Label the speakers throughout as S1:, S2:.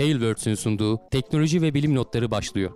S1: Tailwords'ün sunduğu teknoloji ve bilim notları başlıyor.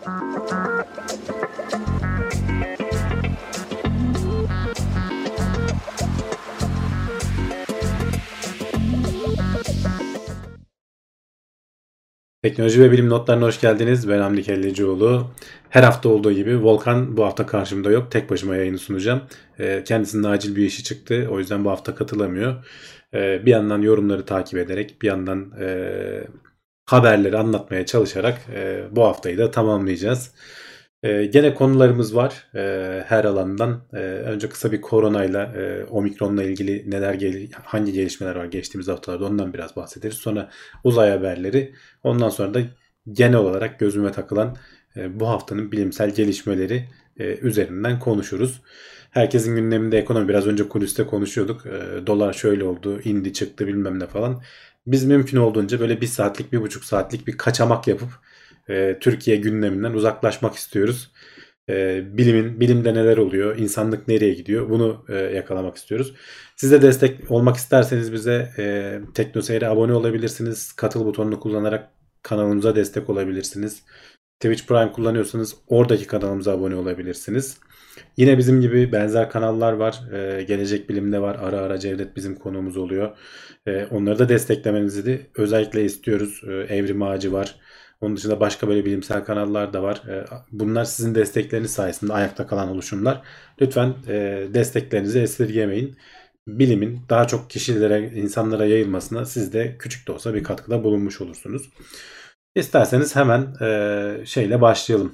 S2: Teknoloji ve bilim notlarına hoş geldiniz. Ben Hamdi Kellecioğlu. Her hafta olduğu gibi Volkan bu hafta karşımda yok. Tek başıma yayını sunacağım. Kendisinin acil bir işi çıktı. O yüzden bu hafta katılamıyor. Bir yandan yorumları takip ederek, bir yandan haberleri anlatmaya çalışarak bu haftayı da tamamlayacağız. Gene konularımız var her alandan. Önce kısa bir koronayla, omikronla ilgili hangi gelişmeler var geçtiğimiz haftalarda ondan biraz bahsederiz. Sonra uzay haberleri, ondan sonra da genel olarak gözüme takılan bu haftanın bilimsel gelişmeleri üzerinden konuşuruz. Herkesin gündeminde ekonomi. Biraz önce kuliste konuşuyorduk. Dolar şöyle oldu, indi çıktı bilmem ne falan. Biz mümkün olduğunca böyle 1 saatlik, 1,5 saatlik bir kaçamak yapıp Türkiye gündeminden uzaklaşmak istiyoruz. Bilimde neler oluyor, insanlık nereye gidiyor bunu yakalamak istiyoruz. Siz de destek olmak isterseniz bize TeknoSeyir'e abone olabilirsiniz. Katıl butonunu kullanarak kanalımıza destek olabilirsiniz. Twitch Prime kullanıyorsanız oradaki kanalımıza abone olabilirsiniz. Yine bizim gibi benzer kanallar var. Gelecek Bilim'de var. Ara ara Cevdet bizim konuğumuz oluyor. Onları da desteklemenizi de özellikle istiyoruz. Evrim Ağacı var. Onun dışında başka böyle bilimsel kanallar da var. Bunlar sizin destekleriniz sayesinde ayakta kalan oluşumlar. Lütfen desteklerinizi esirgemeyin. Bilimin daha çok kişilere, insanlara yayılmasına siz de küçük de olsa bir katkıda bulunmuş olursunuz. İsterseniz hemen şeyle başlayalım.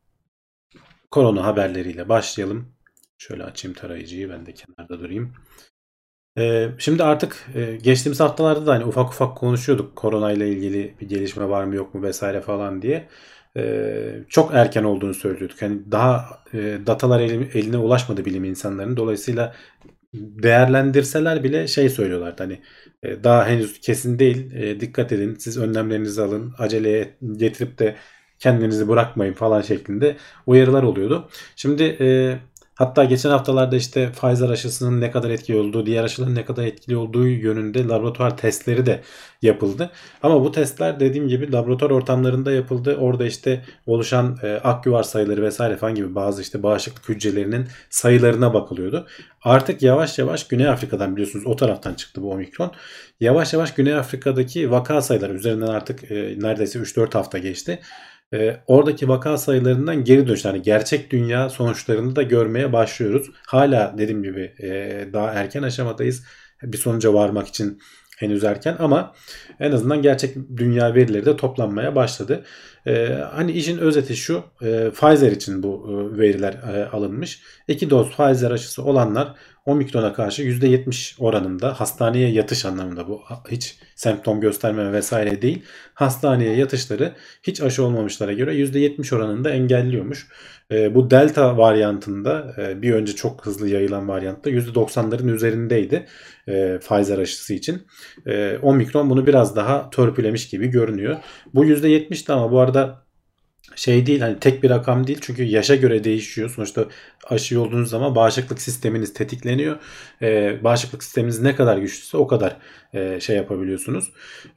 S2: Korona haberleriyle başlayalım. Şöyle açayım tarayıcıyı, ben de kenarda durayım. Şimdi artık geçtiğimiz haftalarda da hani ufak ufak konuşuyorduk koronayla ilgili bir gelişme var mı yok mu vesaire falan diye. Çok erken olduğunu söylüyorduk. Yani daha datalar eline ulaşmadı bilim insanlarının. Dolayısıyla değerlendirseler bile şey söylüyorlardı, hani daha henüz kesin değil, dikkat edin, siz önlemlerinizi alın, aceleye getirip de kendinizi bırakmayın falan şeklinde uyarılar oluyordu. Şimdi hatta geçen haftalarda işte Pfizer aşısının ne kadar etkili olduğu, diğer aşıların ne kadar etkili olduğu yönünde laboratuvar testleri de yapıldı. Ama bu testler dediğim gibi laboratuvar ortamlarında yapıldı. Orada işte oluşan aküvar sayıları vesaire falan gibi bazı işte bağışıklık hücrelerinin sayılarına bakılıyordu. Artık yavaş yavaş Güney Afrika'dan, biliyorsunuz o taraftan çıktı bu omikron. Yavaş yavaş Güney Afrika'daki vaka sayıları üzerinden artık neredeyse 3-4 hafta geçti. Oradaki vaka sayılarından geri dönüş, yani gerçek dünya sonuçlarını da görmeye başlıyoruz. Hala dediğim gibi daha erken aşamadayız. Bir sonuca varmak için henüz erken, ama en azından gerçek dünya verileri de toplanmaya başladı. Hani işin özeti şu, Pfizer için bu veriler alınmış. 2 doz Pfizer aşısı olanlar omikrona karşı %70 oranında hastaneye yatış anlamında, bu hiç semptom göstermeme vesaire değil. Hastaneye yatışları hiç aşı olmamışlara göre %70 oranında engelliyormuş. Bu Delta varyantında, bir önce çok hızlı yayılan varyantta %90'ların üzerindeydi Pfizer aşısı için. Omikron bunu biraz daha törpülemiş gibi görünüyor. Bu %70'ti ama bu arada şey değil, hani tek bir rakam değil, çünkü yaşa göre değişiyor. Sonuçta aşı olduğunuz zaman bağışıklık sisteminiz tetikleniyor. Bağışıklık sisteminiz ne kadar güçlüyse o kadar şey yapabiliyorsunuz.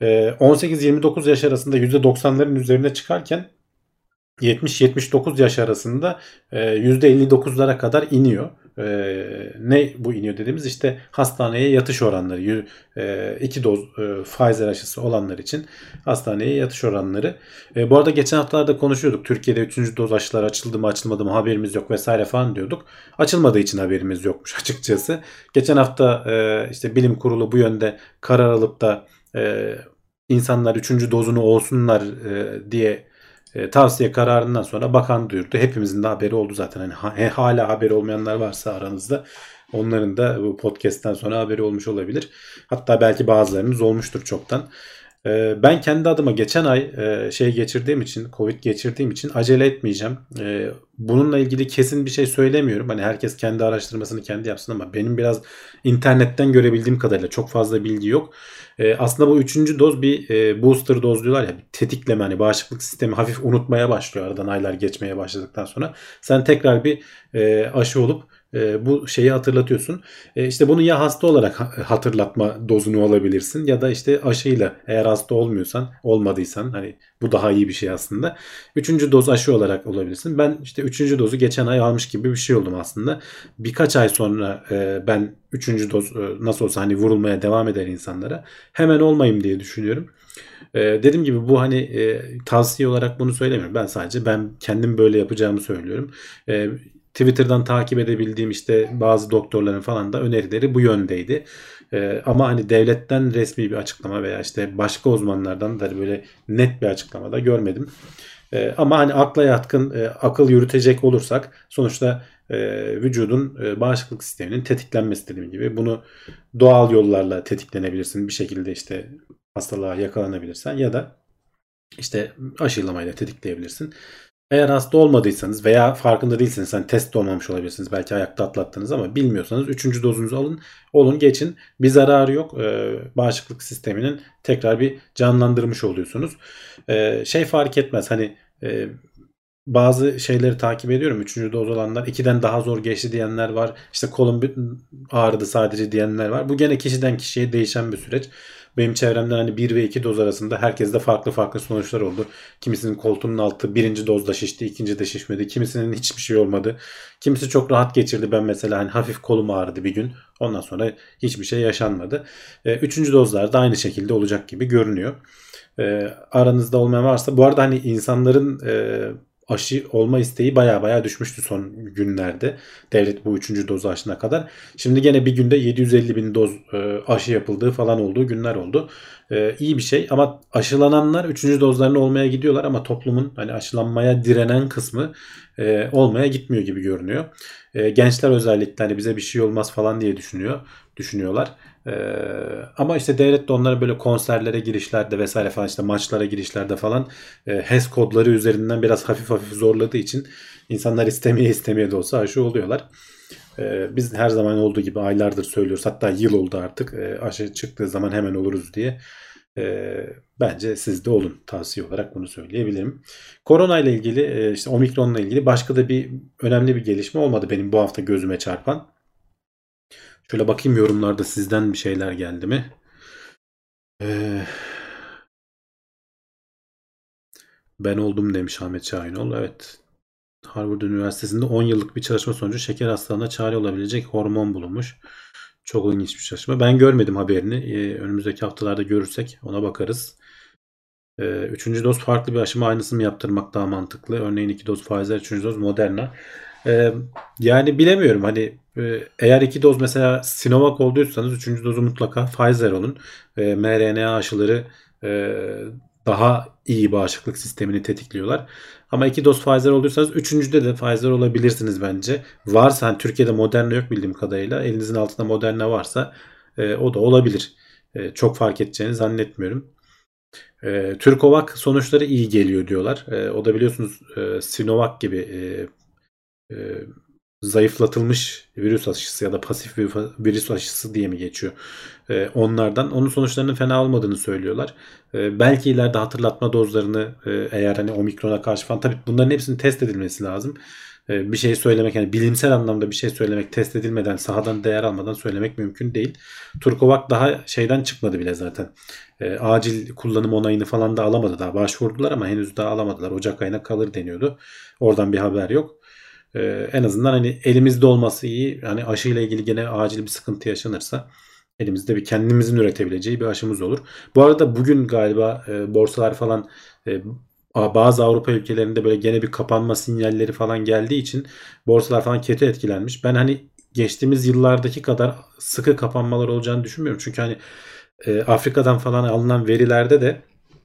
S2: 18-29 yaş arasında %90'ların üzerine çıkarken 70-79 yaş arasında %59'lara kadar iniyor. Ne bu iniyor dediğimiz, işte hastaneye yatış oranları, 2 doz Pfizer aşısı olanlar için hastaneye yatış oranları. Bu arada geçen haftalarda konuşuyorduk. Türkiye'de 3. doz aşılar açıldı mı açılmadı mı haberimiz yok vesaire falan diyorduk. Açılmadığı için haberimiz yokmuş açıkçası. Geçen hafta işte bilim kurulu bu yönde karar alıp da insanlar 3. dozunu olsunlar diye tavsiye kararından sonra bakan duyurdu. Hepimizin de haberi oldu zaten. Hani hala haberi olmayanlar varsa aranızda, onların da bu podcast'ten sonra haberi olmuş olabilir. Hatta belki bazılarınız olmuştur çoktan. Ben kendi adıma geçen ay Covid geçirdiğim için acele etmeyeceğim. Bununla ilgili kesin bir şey söylemiyorum. Hani herkes kendi araştırmasını kendi yapsın, ama benim biraz internetten görebildiğim kadarıyla çok fazla bilgi yok. Aslında bu 3. doz bir booster doz diyorlar ya, bir tetikleme, hani bağışıklık sistemi hafif unutmaya başlıyor aradan aylar geçmeye başladıktan sonra. Sen tekrar bir aşı olup bu şeyi hatırlatıyorsun. İşte bunu ya hasta olarak hatırlatma dozunu alabilirsin ya da işte aşıyla, eğer hasta olmadıysan, hani bu daha iyi bir şey aslında. Üçüncü doz aşı olarak olabilirsin. Ben işte üçüncü dozu geçen ay almış gibi bir şey oldum aslında. Birkaç ay sonra ben üçüncü doz nasıl olsa hani vurulmaya devam eder insanlara. Hemen olmayayım diye düşünüyorum. Dediğim gibi bu hani tavsiye olarak bunu söylemiyorum. Ben kendim böyle yapacağımı söylüyorum. Twitter'dan takip edebildiğim işte bazı doktorların falan da önerileri bu yöndeydi. Ama hani devletten resmi bir açıklama veya işte başka uzmanlardan da böyle net bir açıklama da görmedim. Ama hani akla yatkın, akıl yürütecek olursak sonuçta vücudun bağışıklık sisteminin tetiklenmesi, dediğim gibi bunu doğal yollarla tetiklenebilirsin. Bir şekilde işte hastalığa yakalanabilirsen ya da işte aşılamayla tetikleyebilirsin. Eğer hasta olmadıysanız veya farkında değilseniz, hani test de olmamış olabilirsiniz. Belki ayakta atlattınız ama bilmiyorsanız üçüncü dozunuzu olun geçin. Bir zararı yok. Bağışıklık sisteminin tekrar bir canlandırmış oluyorsunuz. Şey fark etmez, hani bazı şeyleri takip ediyorum. Üçüncü doz olanlar 2'den daha zor geçti diyenler var. İşte kolum ağrıdı sadece diyenler var. Bu gene kişiden kişiye değişen bir süreç. Benim çevremden hani 1 ve 2 doz arasında herkeste farklı farklı sonuçlar oldu. Kimisinin koltuğunun altı birinci dozda şişti, ikinci de şişmedi. Kimisinin hiçbir şey olmadı. Kimisi çok rahat geçirdi. Ben mesela hani hafif kolum ağrıdı bir gün. Ondan sonra hiçbir şey yaşanmadı. Üçüncü dozlar da aynı şekilde olacak gibi görünüyor. Aranızda olmayan varsa, bu arada hani insanların aşı olma isteği baya baya düşmüştü son günlerde. Devlet bu üçüncü dozu aşına kadar. Şimdi gene bir günde 750 bin doz aşı yapıldığı falan olduğu günler oldu. İyi bir şey ama aşılananlar üçüncü dozlarını olmaya gidiyorlar ama toplumun hani aşılanmaya direnen kısmı olmaya gitmiyor gibi görünüyor. Gençler özellikle hani bize bir şey olmaz falan diye düşünüyorlar. Ama işte devlet de onlara böyle konserlere girişlerde vesaire falan, işte maçlara girişlerde falan HES kodları üzerinden biraz hafif hafif zorladığı için insanlar istemeye de olsa aşı oluyorlar. Biz her zaman olduğu gibi aylardır söylüyoruz. Hatta yıl oldu artık. Aşı çıktığı zaman hemen oluruz diye. Bence siz de olun. Tavsiye olarak bunu söyleyebilirim. Korona ile ilgili, işte Omikron'la ilgili başka da bir önemli bir gelişme olmadı benim bu hafta gözüme çarpan. Şöyle bakayım yorumlarda sizden bir şeyler geldi mi? Ee, Ben oldum demiş Ahmet Şahinoğlu. Evet. Harvard Üniversitesi'nde 10 yıllık bir çalışma sonucu şeker hastalığına çare olabilecek hormon bulunmuş. Çok ilginç bir çalışma. Ben görmedim haberini. Önümüzdeki haftalarda görürsek ona bakarız. Üçüncü doz farklı bir aşama aynısını mı yaptırmak daha mantıklı? Örneğin 2 doz Pfizer, üçüncü doz Moderna. Ee, Yani bilemiyorum, hani eğer 2 doz mesela Sinovac olduysanız üçüncü dozu mutlaka Pfizer olun. mRNA aşıları e, daha iyi bağışıklık sistemini tetikliyorlar. Ama 2 doz Pfizer olduysanız üçüncüde de Pfizer olabilirsiniz bence. Varsa, hani Türkiye'de Moderna yok bildiğim kadarıyla. Elinizin altında Moderna varsa o da olabilir. Çok fark edeceğini zannetmiyorum. Türkovak sonuçları iyi geliyor diyorlar. O da biliyorsunuz Sinovac gibi e, zayıflatılmış virüs aşısı ya da pasif virüs aşısı diye mi geçiyor? Onlardan. Onun sonuçlarının fena olmadığını söylüyorlar. Belki ileride hatırlatma dozlarını eğer hani omikrona karşı falan, tabii bunların hepsinin test edilmesi lazım. Bir şey söylemek, yani bilimsel anlamda bir şey söylemek test edilmeden, sahadan değer almadan söylemek mümkün değil. Turkovac daha şeyden çıkmadı bile zaten. Acil kullanım onayını falan da alamadı daha. Başvurdular ama henüz daha alamadılar. Ocak ayına kalır deniyordu. Oradan bir haber yok. En azından hani elimizde olması iyi. Yani aşıyla ilgili gene acil bir sıkıntı yaşanırsa elimizde bir kendimizin üretebileceği bir aşımız olur. Bu arada bugün galiba borsalar falan, bazı Avrupa ülkelerinde böyle gene bir kapanma sinyalleri falan geldiği için borsalar falan kötü etkilenmiş. Ben hani geçtiğimiz yıllardaki kadar sıkı kapanmalar olacağını düşünmüyorum. Çünkü hani Afrika'dan falan alınan verilerde de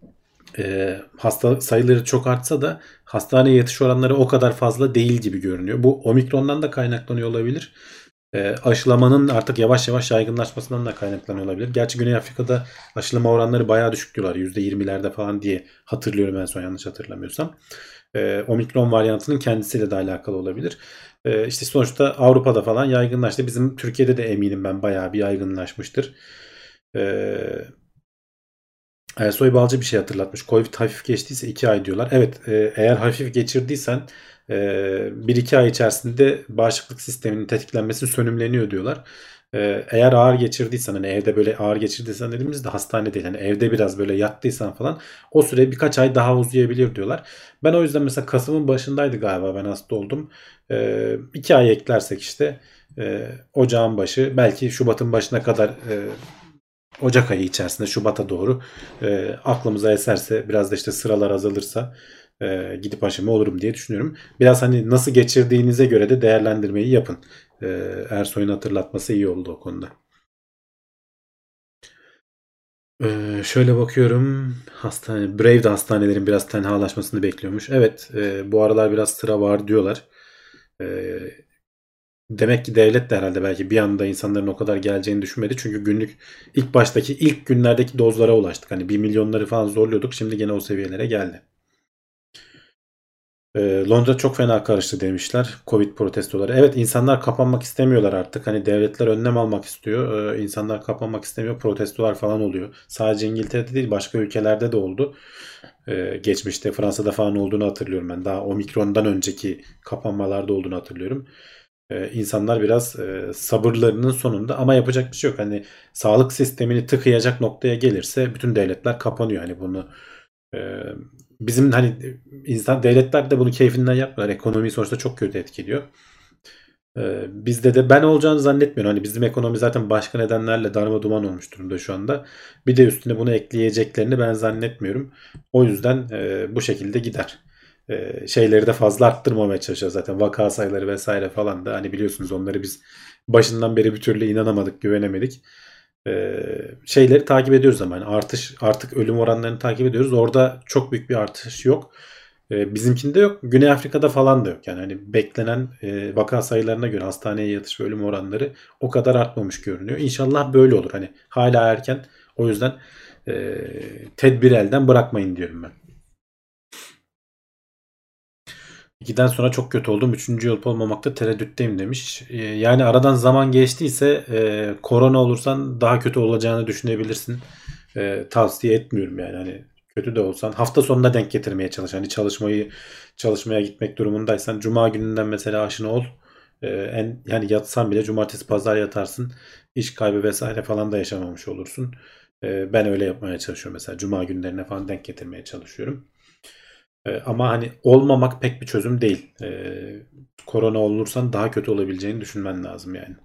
S2: hasta sayıları çok artsa da hastaneye yatış oranları o kadar fazla değil gibi görünüyor. Bu omikrondan da kaynaklanıyor olabilir. Aşılamanın artık yavaş yavaş yaygınlaşmasından da kaynaklanıyor olabilir. Gerçi Güney Afrika'da aşılama oranları bayağı düşük diyorlar. %20'lerde falan diye hatırlıyorum en son, yanlış hatırlamıyorsam. Omikron varyantının kendisiyle de alakalı olabilir. İşte sonuçta Avrupa'da falan yaygınlaştı. Bizim Türkiye'de de eminim ben bayağı bir yaygınlaşmıştır. Ersoy Balcı bir şey hatırlatmış. Covid hafif geçtiyse 2 ay diyorlar. Evet, eğer hafif geçirdiysen 1-2 ay içerisinde bağışıklık sisteminin tetiklenmesi sönümleniyor diyorlar. Eğer ağır geçirdiysen, hani evde böyle ağır geçirdiysen dediğimizde hastane değil. Hani evde biraz böyle yattıysan falan o süre birkaç ay daha uzayabilir diyorlar. Ben o yüzden mesela Kasım'ın başındaydı galiba ben hasta oldum. 2 ay eklersek işte ocağın başı, belki Şubat'ın başına kadar, Ocak ayı içerisinde Şubat'a doğru aklımıza eserse, biraz da işte sıralar azalırsa gidip aşımı olurum diye düşünüyorum. Biraz hani nasıl geçirdiğinize göre de değerlendirmeyi yapın. E, Ersoy'un hatırlatması iyi oldu o konuda. Şöyle bakıyorum. Brave de hastanelerin biraz tenhalaşmasını bekliyormuş. Evet, bu aralar biraz sıra var diyorlar. E, Demek ki devlet de herhalde belki bir anda insanların o kadar geleceğini düşünmedi. Çünkü ilk günlerdeki dozlara ulaştık. Hani 1 milyonları falan zorluyorduk. Şimdi gene o seviyelere geldi. Londra çok fena karıştı demişler. Covid protestoları. Evet, insanlar kapanmak istemiyorlar artık. Hani devletler önlem almak istiyor. İnsanlar kapanmak istemiyor. Protestolar falan oluyor. Sadece İngiltere'de değil, başka ülkelerde de oldu. Geçmişte Fransa'da falan olduğunu hatırlıyorum ben. Daha Omikron'dan önceki kapanmalarda olduğunu hatırlıyorum. İnsanlar biraz sabırlarının sonunda, ama yapacak bir şey yok. Hani sağlık sistemini tıkayacak noktaya gelirse bütün devletler kapanıyor. Hani bunu e, bizim hani devletler de bunu keyfinden yapmıyorlar. Ekonomiyi sonuçta çok kötü etkiliyor. Bizde de ben olacağını zannetmiyorum. Hani bizim ekonomi zaten başka nedenlerle darma duman olmuş durumda şu anda. Bir de üstüne bunu ekleyeceklerini ben zannetmiyorum. O yüzden bu şekilde gider. Şeyleri de fazla arttırmamaya çalışacağız zaten. Vaka sayıları vesaire falan da, hani biliyorsunuz, onları biz başından beri bir türlü inanamadık, güvenemedik. Şeyleri takip ediyoruz ama yani artık ölüm oranlarını takip ediyoruz. Orada çok büyük bir artış yok. Bizimkinde yok. Güney Afrika'da falan da yok. Yani hani beklenen vaka sayılarına göre hastaneye yatış ve ölüm oranları o kadar artmamış görünüyor. İnşallah böyle olur. Hani hala erken. O yüzden tedbir elden bırakmayın diyorum ben. 2'den sonra çok kötü oldum. Üçüncü olup olmamakta tereddütteyim demiş. Yani aradan zaman geçtiyse korona olursan daha kötü olacağını düşünebilirsin. Tavsiye etmiyorum yani. Hani kötü de olsan hafta sonuna denk getirmeye çalış. Hani çalışmaya gitmek durumundaysan cuma gününden mesela aşını ol. Yani yatsan bile cumartesi pazar yatarsın. İş kaybı vesaire falan da yaşamamış olursun. Ben öyle yapmaya çalışıyorum mesela. Cuma günlerine falan denk getirmeye çalışıyorum. Ama hani olmamak pek bir çözüm değil. Korona olursan daha kötü olabileceğini düşünmen lazım yani.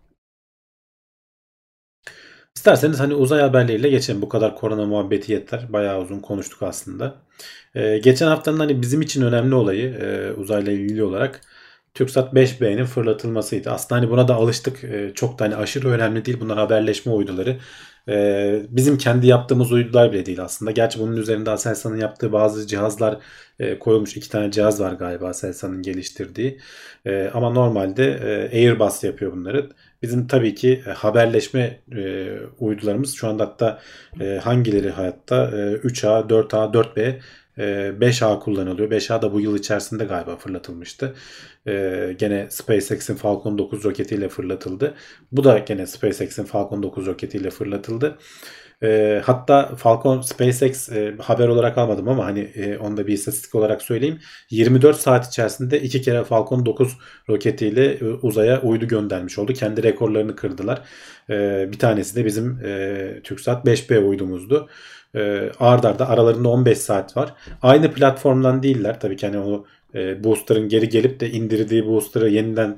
S2: İsterseniz hani uzay haberleriyle geçelim. Bu kadar korona muhabbeti yeter. Bayağı uzun konuştuk aslında. Geçen haftanın hani bizim için önemli olayı, uzayla ilgili olarak TürkSat 5B'nin fırlatılmasıydı. Aslında hani buna da alıştık. Çok da hani aşırı önemli değil. Bunlar haberleşme uyduları. Bizim kendi yaptığımız uydular bile değil aslında. Gerçi bunun üzerinde Aselsan'ın yaptığı bazı cihazlar koyulmuş. 2 tane cihaz var galiba Aselsan'ın geliştirdiği. Ama normalde Airbus yapıyor bunları. Bizim tabii ki haberleşme uydularımız şu anda, hatta hangileri hayatta? 3A, 4A, 4B, 5A kullanılıyor. 5A da bu yıl içerisinde galiba fırlatılmıştı. Gene SpaceX'in Falcon 9 roketiyle fırlatıldı. Bu da gene SpaceX'in Falcon 9 roketiyle fırlatıldı. Hatta Falcon SpaceX haber olarak almadım ama hani onu da bir istatistik olarak söyleyeyim. 24 saat içerisinde 2 kere Falcon 9 roketiyle uzaya uydu göndermiş oldu. Kendi rekorlarını kırdılar. Bir tanesi de bizim TürkSat 5B uydumuzdu. Ard arda aralarında 15 saat var. Aynı platformdan değiller. Tabii ki hani o booster'ın geri gelip de indirdiği booster'ı yeniden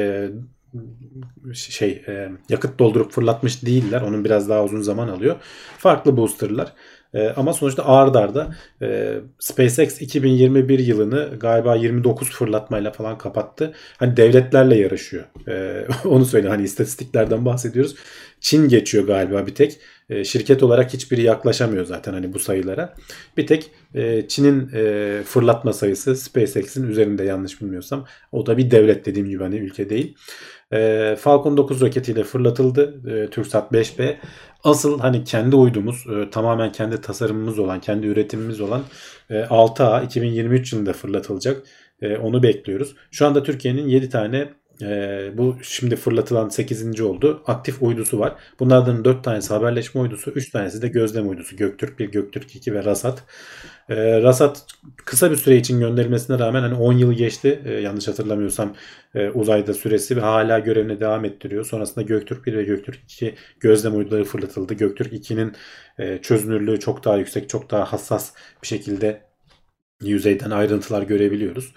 S2: yakıt doldurup fırlatmış değiller. Onun biraz daha uzun zaman alıyor. Farklı booster'lar. Ama sonuçta ard arda SpaceX 2021 yılını galiba 29 fırlatmayla falan kapattı. Hani devletlerle yarışıyor. Onu söyle, hani istatistiklerden bahsediyoruz. Çin geçiyor galiba bir tek. Şirket olarak hiçbiri yaklaşamıyor zaten hani bu sayılara. Bir tek Çin'in fırlatma sayısı SpaceX'in üzerinde, yanlış bilmiyorsam. O da bir devlet, dediğim gibi hani ülke değil. Falcon 9 roketiyle fırlatıldı. TürkSat 5B. Asıl hani kendi uydumuz, tamamen kendi tasarımımız olan, kendi üretimimiz olan 6A 2023 yılında fırlatılacak. Onu bekliyoruz. Şu anda Türkiye'nin 7 tane Bu şimdi fırlatılan 8. oldu. Aktif uydusu var. Bunlardan 4 tanesi haberleşme uydusu, 3 tanesi de gözlem uydusu. Göktürk 1, Göktürk 2 ve Rasat. Rasat kısa bir süre için gönderilmesine rağmen hani 10 yıl geçti. Yanlış hatırlamıyorsam uzayda süresi ve hala görevine devam ettiriyor. Sonrasında Göktürk 1 ve Göktürk 2 gözlem uyduları fırlatıldı. Göktürk 2'nin çözünürlüğü çok daha yüksek, çok daha hassas bir şekilde yüzeyden ayrıntılar görebiliyoruz.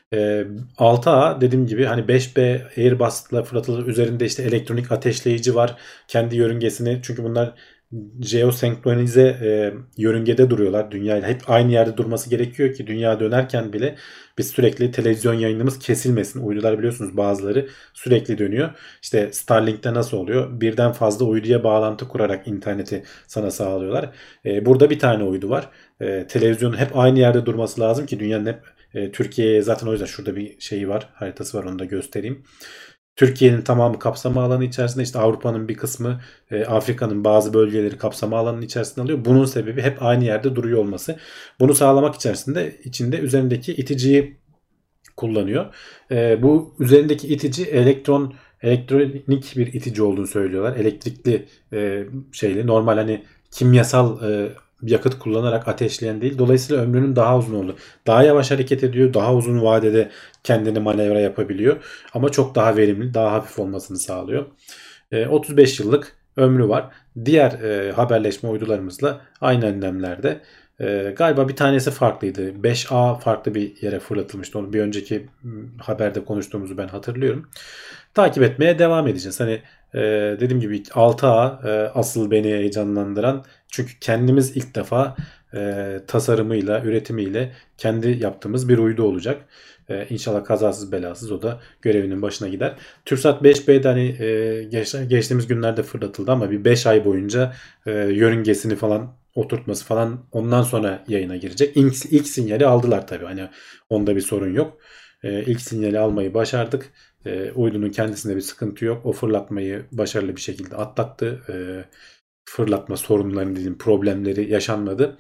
S2: 6A dediğim gibi hani 5B Airbus'la fırlatılır, üzerinde işte elektronik ateşleyici var. Kendi yörüngesini, çünkü bunlar jeosenkronize yörüngede duruyorlar. Dünyayla hep aynı yerde durması gerekiyor ki dünya dönerken bile biz sürekli televizyon yayınımız kesilmesin. Uydular biliyorsunuz bazıları sürekli dönüyor. İşte Starlink'te nasıl oluyor? Birden fazla uyduya bağlantı kurarak interneti sana sağlıyorlar. Burada bir tane uydu var. Televizyonun hep aynı yerde durması lazım ki dünyanın hep Türkiye'ye zaten o yüzden şurada bir şeyi var, haritası var, onu da göstereyim. Türkiye'nin tamamı kapsama alanı içerisinde, işte Avrupa'nın bir kısmı, Afrika'nın bazı bölgeleri kapsama alanının içerisinde alıyor. Bunun sebebi hep aynı yerde duruyor olması. Bunu sağlamak içinde üzerindeki iticiyi kullanıyor. Bu üzerindeki itici elektronik bir itici olduğunu söylüyorlar. Elektrikli şeyli, normal hani kimyasal yakıt kullanarak ateşleyen değil. Dolayısıyla ömrünün daha uzun oldu. Daha yavaş hareket ediyor. Daha uzun vadede kendini manevra yapabiliyor. Ama çok daha verimli, daha hafif olmasını sağlıyor. 35 yıllık ömrü var. Diğer haberleşme uydularımızla aynı önlemlerde. Galiba bir tanesi farklıydı. 5A farklı bir yere fırlatılmıştı. Onu bir önceki haberde konuştuğumuzu ben hatırlıyorum. Takip etmeye devam edeceğiz. Hani dediğim gibi 6A asıl beni heyecanlandıran. Çünkü kendimiz ilk defa tasarımıyla, üretimiyle kendi yaptığımız bir uydu olacak. İnşallah kazasız belasız o da görevinin başına gider. TürkSat 5B'de hani geçtiğimiz günlerde fırlatıldı ama bir 5 ay boyunca yörüngesini falan oturtması falan, ondan sonra yayına girecek. İlk sinyali aldılar tabii. Hani onda bir sorun yok. İlk sinyali almayı başardık. Uydunun kendisinde bir sıkıntı yok. O fırlatmayı başarılı bir şekilde atlattı. Fırlatma sorunlarını, dediğim problemleri yaşanmadı.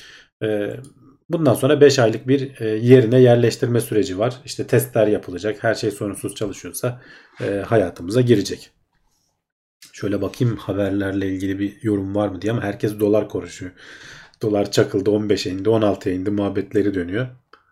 S2: Bundan sonra 5 aylık bir yerine yerleştirme süreci var. İşte testler yapılacak. Her şey sorunsuz çalışıyorsa hayatımıza girecek. Şöyle bakayım haberlerle ilgili bir yorum var mı diye, ama herkes dolar konuşuyor. Dolar çakıldı, 15'e indi, 16'ya indi muhabbetleri dönüyor.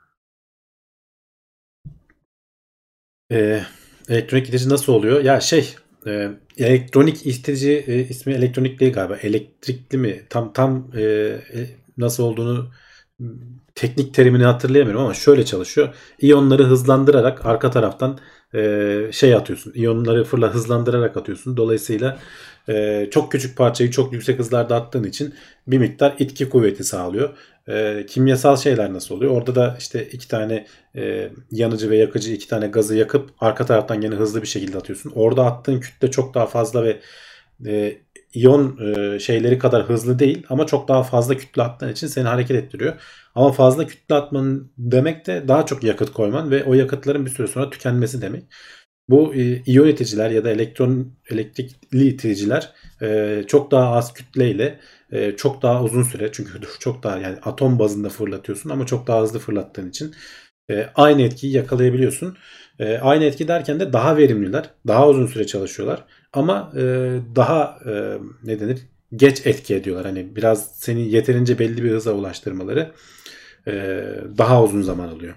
S2: Ee, Elektronik itici nasıl oluyor? Ya elektronik itici ismi elektronik değil galiba. Elektrikli mi? Nasıl olduğunu, teknik terimini hatırlayamıyorum ama şöyle çalışıyor. İyonları hızlandırarak arka taraftan atıyorsun. İyonları hızlandırarak atıyorsun. Dolayısıyla çok küçük parçayı çok yüksek hızlarda attığın için bir miktar itki kuvveti sağlıyor. Kimyasal şeyler nasıl oluyor? Orada da işte iki tane yanıcı ve yakıcı, iki tane gazı yakıp arka taraftan yine hızlı bir şekilde atıyorsun. Orada attığın kütle çok daha fazla ve iyon şeyleri kadar hızlı değil ama çok daha fazla kütle attığın için seni hareket ettiriyor. Ama fazla kütle atman demek de daha çok yakıt koyman ve o yakıtların bir süre sonra tükenmesi demek. Bu iyon iticiler ya da elektrikli iticiler çok daha az kütleyle çok daha uzun süre, çünkü çok daha, yani atom bazında fırlatıyorsun ama çok daha hızlı fırlattığın için aynı etkiyi yakalayabiliyorsun. Aynı etki derken de daha verimliler, daha uzun süre çalışıyorlar ama daha ne denir? Geç etki ediyorlar. Hani biraz seni yeterince belli bir hıza ulaştırmaları daha uzun zaman alıyor.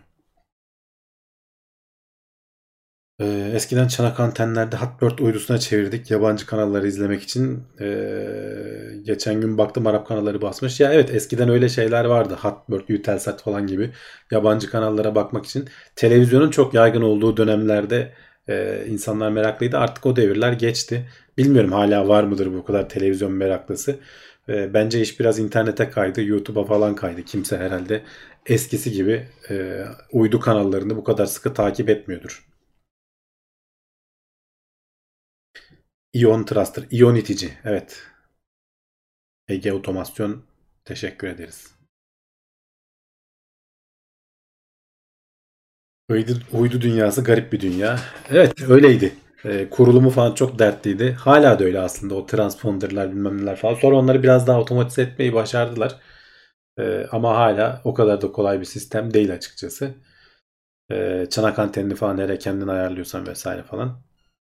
S2: Eskiden çanak antenlerde Hotbird uydusuna çevirdik yabancı kanalları izlemek için. Geçen gün baktım Arap kanalları basmış. Ya evet, eskiden öyle şeyler vardı. Hotbird, Eutelsat falan gibi yabancı kanallara bakmak için. Televizyonun çok yaygın olduğu dönemlerde insanlar meraklıydı. Artık o devirler geçti. Bilmiyorum hala var mıdır bu kadar televizyon meraklısı. Bence iş biraz internete kaydı. YouTube'a falan kaydı. Kimse herhalde eskisi gibi uydu kanallarını bu kadar sıkı takip etmiyordur. Ion Thruster, iyon itici. Evet. Ege Otomasyon, teşekkür ederiz. Uydu dünyası garip bir dünya. Evet, öyleydi. Kurulumu falan çok dertliydi. Hala da öyle aslında, o transponderlar bilmem neler falan. Sonra onları biraz daha otomatize etmeyi başardılar. Ama hala o kadar da kolay bir sistem değil açıkçası. Çanak antenini falan nereye kendin ayarlıyorsan vesaire falan.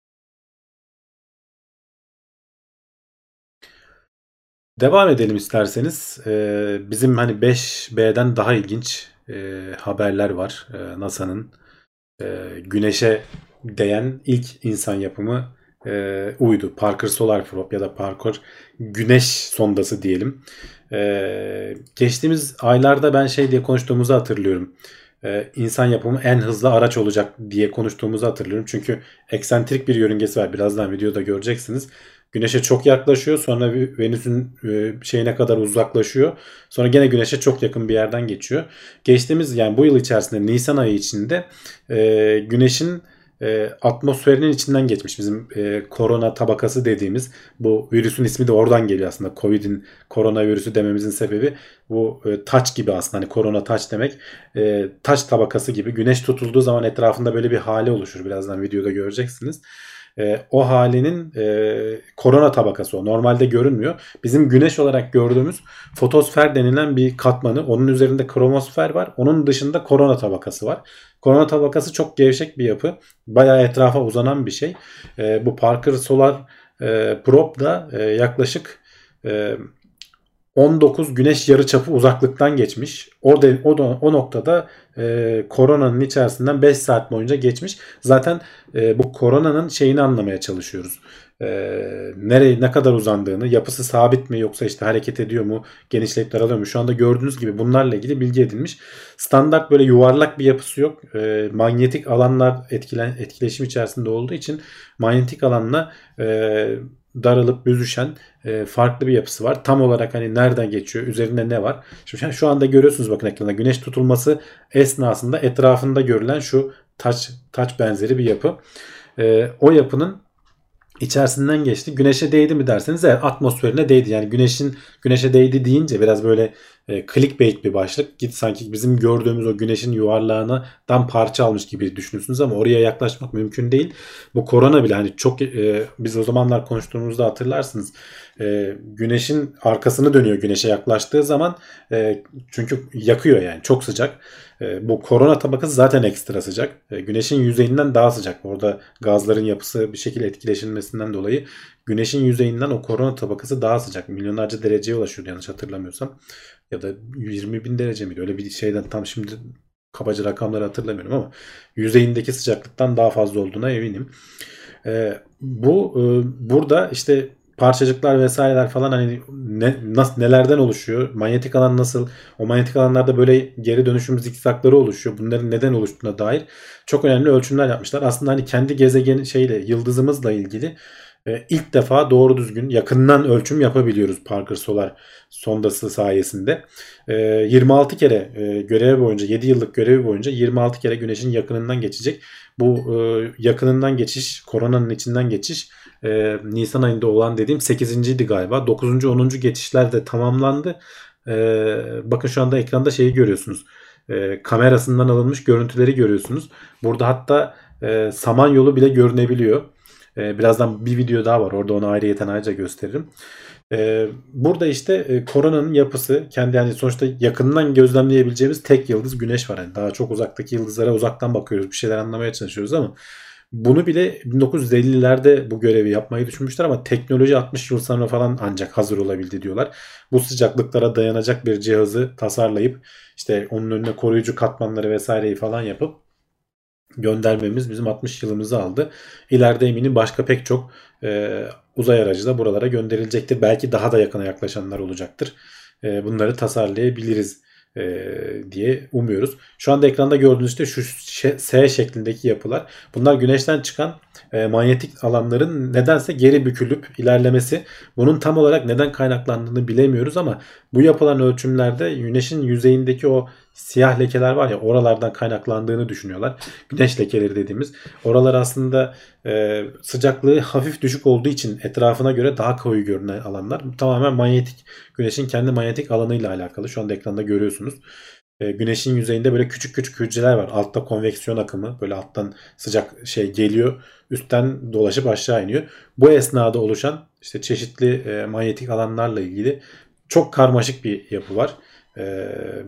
S2: Devam edelim isterseniz. Bizim hani 5B'den daha ilginç haberler var. NASA'nın Güneş'e değen ilk insan yapımı uydu. Parker Solar Probe ya da Parker Güneş sondası diyelim. Geçtiğimiz aylarda ben şey diye konuştuğumuzu hatırlıyorum. İnsan yapımı en hızlı araç olacak diye konuştuğumuzu hatırlıyorum. Çünkü eksantrik bir yörüngesi var. Birazdan videoda göreceksiniz. Güneş'e çok yaklaşıyor. Sonra Venüs'ün şeyine kadar uzaklaşıyor. Sonra gene Güneş'e çok yakın bir yerden geçiyor. Geçtiğimiz yani bu yıl içerisinde Nisan ayı içinde Güneş'in atmosferinin içinden geçmiş. Bizim korona tabakası dediğimiz bu virüsün ismi de oradan geliyor aslında. Covid'in koronavirüsü dememizin sebebi bu taç gibi aslında. Hani korona taç demek. Taç tabakası gibi. Güneş tutulduğu zaman etrafında böyle bir hale oluşur. Birazdan videoda göreceksiniz. O halinin korona tabakası o. Normalde görünmüyor. Bizim güneş olarak gördüğümüz fotosfer denilen bir katmanı. Onun üzerinde kromosfer var. Onun dışında korona tabakası var. Korona tabakası çok gevşek bir yapı. Bayağı etrafa uzanan bir şey. Bu Parker Solar Probe da yaklaşık 19 güneş yarıçapı uzaklıktan geçmiş. O noktada koronanın içerisinden 5 saat boyunca geçmiş. Zaten bu koronanın şeyini anlamaya çalışıyoruz. Nereye ne kadar uzandığını, yapısı sabit mi yoksa işte hareket ediyor mu, genişleyip daralıyor mu? Şu anda gördüğünüz gibi bunlarla ilgili bilgi edilmiş. Standart böyle yuvarlak bir yapısı yok. Manyetik alanlar etkileşim içerisinde olduğu için manyetik alanla daralıp büzüşen farklı bir yapısı var. Tam olarak hani nereden geçiyor, üzerinde ne var? Şimdi şu anda görüyorsunuz bakın ekranda güneş tutulması esnasında etrafında görülen şu taç benzeri bir yapı. O yapının içerisinden geçti. Güneşe değdi mi derseniz evet atmosferine değdi. Yani güneşe değdi deyince biraz böyle clickbait bir başlık. Git sanki bizim gördüğümüz o güneşin yuvarlağından parça almış gibi düşünürsünüz ama oraya yaklaşmak mümkün değil. Bu korona bile hani çok biz o zamanlar konuştuğumuzda hatırlarsınız. Güneşin arkasını dönüyor güneşe yaklaştığı zaman çünkü yakıyor yani çok sıcak. Bu korona tabakası zaten ekstra sıcak. Güneşin yüzeyinden daha sıcak. Orada gazların yapısı bir şekilde etkileşilmesinden dolayı güneşin yüzeyinden o korona tabakası daha sıcak. Milyonlarca dereceye ulaşıyordu yanlış hatırlamıyorsam. Ya da 20 bin derece miydi? Öyle bir şeyden tam şimdi kabaca rakamları hatırlamıyorum ama yüzeyindeki sıcaklıktan daha fazla olduğuna eminim. Burada işte parçacıklar vesaireler falan hani nelerden oluşuyor? Manyetik alan nasıl? O manyetik alanlarda böyle geri dönüşüm zikzakları oluşuyor. Bunların neden oluştuğuna dair çok önemli ölçümler yapmışlar. Aslında hani kendi gezegen yıldızımızla ilgili ilk defa doğru düzgün yakından ölçüm yapabiliyoruz Parker Solar sondası sayesinde. 26 kere görevi boyunca 7 yıllık görevi boyunca 26 kere güneşin yakınından geçecek. Bu yakınından geçiş, koronanın içinden geçiş Nisan ayında olan dediğim 8.'ydi galiba. 9. 10. geçişler de tamamlandı. Bakın şu anda ekranda şeyi görüyorsunuz. Kamerasından alınmış görüntüleri görüyorsunuz. Burada hatta Samanyolu bile görünebiliyor. Birazdan bir video daha var. Orada onu ayrıca gösteririm. Burada işte koronanın yapısı kendi yani sonuçta yakından gözlemleyebileceğimiz tek yıldız Güneş var. Yani daha çok uzaktaki yıldızlara uzaktan bakıyoruz. Bir şeyler anlamaya çalışıyoruz ama bunu bile 1950'lerde bu görevi yapmayı düşünmüşler ama teknoloji 60 yıl sonra falan ancak hazır olabildi diyorlar. Bu sıcaklıklara dayanacak bir cihazı tasarlayıp işte onun önüne koruyucu katmanları vesaireyi falan yapıp göndermemiz bizim 60 yılımızı aldı. İleride eminim başka pek çok uzay aracı da buralara gönderilecektir. Belki daha da yakına yaklaşanlar olacaktır. Bunları tasarlayabiliriz diye umuyoruz. Şu anda ekranda gördüğünüz işte şu S şeklindeki yapılar. Bunlar güneşten çıkan manyetik alanların nedense geri bükülüp ilerlemesi. Bunun tam olarak neden kaynaklandığını bilemiyoruz ama bu yapılan ölçümlerde güneşin yüzeyindeki o siyah lekeler var ya oralardan kaynaklandığını düşünüyorlar. Güneş lekeleri dediğimiz. Oralar aslında sıcaklığı hafif düşük olduğu için etrafına göre daha koyu görünen alanlar. Tamamen manyetik. Güneşin kendi manyetik alanıyla alakalı. Şu anda ekranda görüyorsunuz. Güneşin yüzeyinde böyle küçük küçük hücreler var. Altta konveksiyon akımı. Böyle alttan sıcak şey geliyor. Üstten dolaşıp aşağı iniyor. Bu esnada oluşan işte çeşitli manyetik alanlarla ilgili çok karmaşık bir yapı var.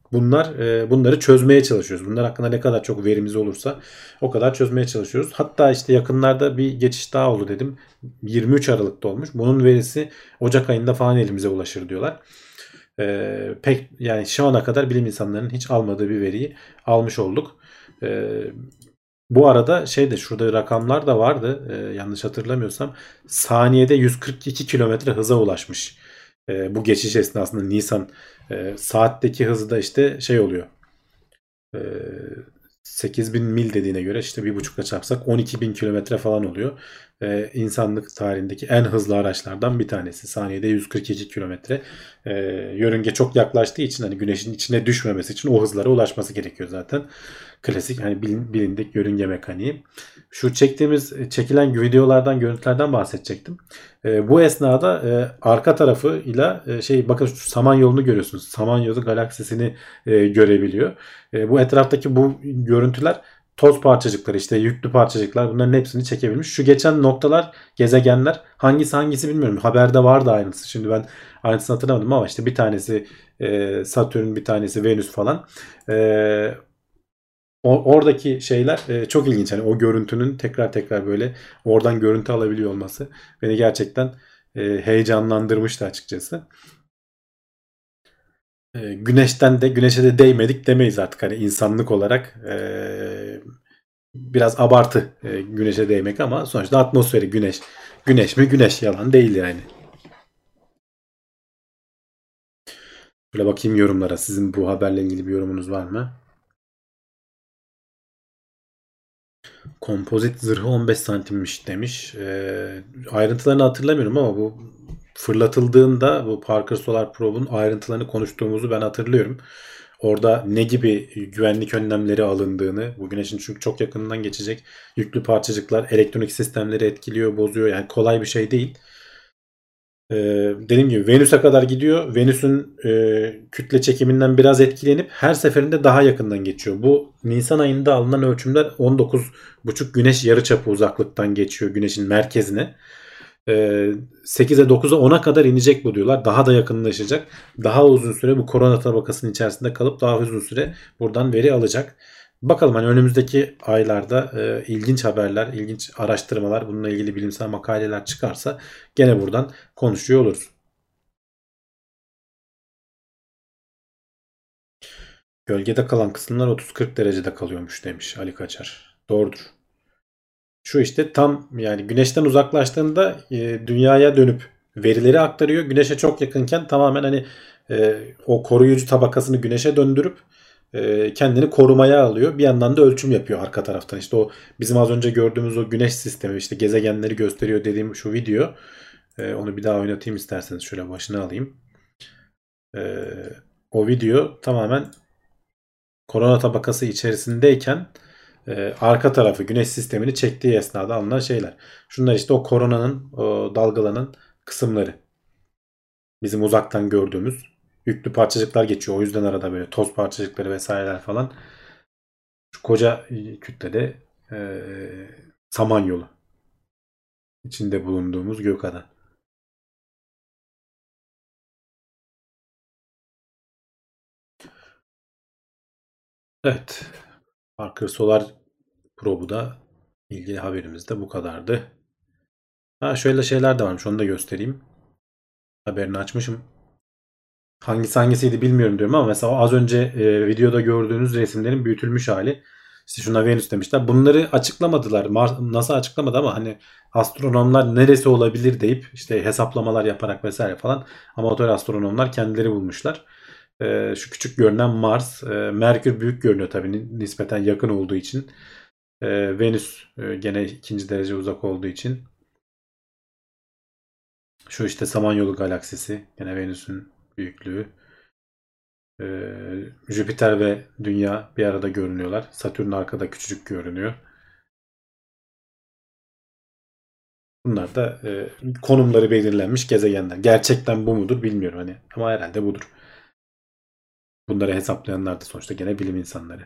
S2: bunları çözmeye çalışıyoruz. Bunlar hakkında ne kadar çok verimiz olursa o kadar çözmeye çalışıyoruz. Hatta işte yakınlarda bir geçiş daha oldu dedim. 23 Aralık'ta olmuş. Bunun verisi Ocak ayında falan elimize ulaşır diyorlar. Pek yani şu ana kadar bilim insanlarının hiç almadığı bir veriyi almış olduk. Ee, Bu arada şey de şurada rakamlar da vardı. Yanlış hatırlamıyorsam saniyede 142 kilometre hıza ulaşmış. Bu geçiş esnasında Nisan saatteki hızı da işte şey oluyor. E, 8.000 mil dediğine göre işte 1,5'la çarpsak 12.000 kilometre falan oluyor. İnsanlık tarihindeki en hızlı araçlardan bir tanesi. Saniyede 142 kilometre. Yörünge çok yaklaştığı için hani güneşin içine düşmemesi için o hızlara ulaşması gerekiyor zaten. Klasik hani bilindik yörünge mekaniği. Şu çekilen videolardan, görüntülerden bahsedecektim. Bu esnada arka tarafıyla bakın şu Samanyolu'nu görüyorsunuz. Samanyolu galaksisini görebiliyor. Bu etraftaki bu görüntüler toz parçacıkları işte yüklü parçacıklar bunların hepsini çekebilmiş. Şu geçen noktalar gezegenler hangisi bilmiyorum. Haberde vardı ayrıntısı. Şimdi ben ayrıntısını hatırlamadım ama işte bir tanesi Satürn bir tanesi Venüs falan. Oradaki şeyler çok ilginç. Hani o görüntünün tekrar tekrar böyle oradan görüntü alabiliyor olması beni gerçekten heyecanlandırmıştı açıkçası. Güneşe de değmedik demeyiz artık hani insanlık olarak biraz abartı güneşe değmek ama sonuçta atmosferi güneş mi güneş yalan değil yani. Şöyle bakayım yorumlara. Sizin bu haberle ilgili bir yorumunuz var mı? Kompozit zırhı 15 santimmiş demiş. Ayrıntılarını hatırlamıyorum ama bu fırlatıldığında bu Parker Solar Probe'un ayrıntılarını konuştuğumuzu ben hatırlıyorum. Orada ne gibi güvenlik önlemleri alındığını, bu güneşin çünkü çok yakından geçecek yüklü parçacıklar elektronik sistemleri etkiliyor, bozuyor. Yani kolay bir şey değil. Dediğim gibi Venüs'e kadar gidiyor. Venüs'ün kütle çekiminden biraz etkilenip her seferinde daha yakından geçiyor. Bu Nisan ayında alınan ölçümler 19,5 güneş yarıçapı uzaklıktan geçiyor güneşin merkezine. 8'e 9'a 10'a kadar inecek bu diyorlar. Daha da yakınlaşacak. Daha uzun süre bu korona tabakasının içerisinde kalıp daha uzun süre buradan veri alacak. Bakalım hani önümüzdeki aylarda ilginç haberler, ilginç araştırmalar, bununla ilgili bilimsel makaleler çıkarsa gene buradan konuşuyor oluruz. Gölgede kalan kısımlar 30-40 derecede kalıyormuş demiş Ali Kaçar. Doğrudur. Şu işte tam yani güneşten uzaklaştığında dünyaya dönüp verileri aktarıyor. Güneşe çok yakınken tamamen hani o koruyucu tabakasını güneşe döndürüp kendini korumaya alıyor. Bir yandan da ölçüm yapıyor arka taraftan. İşte o bizim az önce gördüğümüz o güneş sistemi işte gezegenleri gösteriyor dediğim şu video. Onu bir daha oynatayım isterseniz şöyle başına alayım. E, O video tamamen korona tabakası içerisindeyken arka tarafı güneş sistemini çektiği esnada alınan şeyler. Şunlar işte o koronanın dalgalanan kısımları. Bizim uzaktan gördüğümüz yüklü parçacıklar geçiyor. O yüzden arada böyle toz parçacıkları vesaireler falan. Şu koca kütlede Samanyolu içinde bulunduğumuz Gökada. Evet. Parker Solar Probe'u da ilgili haberimiz de bu kadardı. Ha şöyle şeyler de varmış onu da göstereyim. Haberini açmışım. Hangisiydi bilmiyorum diyorum ama mesela az önce videoda gördüğünüz resimlerin büyütülmüş hali. İşte şuna Venüs demişler. Bunları açıklamadılar. NASA açıklamadı ama hani astronomlar neresi olabilir deyip işte hesaplamalar yaparak vesaire falan amatör astronomlar kendileri bulmuşlar. Şu küçük görünen Mars, Merkür büyük görünüyor tabii nispeten yakın olduğu için. Venüs gene ikinci derece uzak olduğu için. Şu işte Samanyolu galaksisi gene Venüs'ün büyüklüğü. Jüpiter ve Dünya bir arada görünüyorlar. Satürn arkada küçücük görünüyor. Bunlar da konumları belirlenmiş gezegenler. Gerçekten bu mudur bilmiyorum hani ama herhalde budur. Bunları hesaplayanlar da sonuçta gene bilim insanları.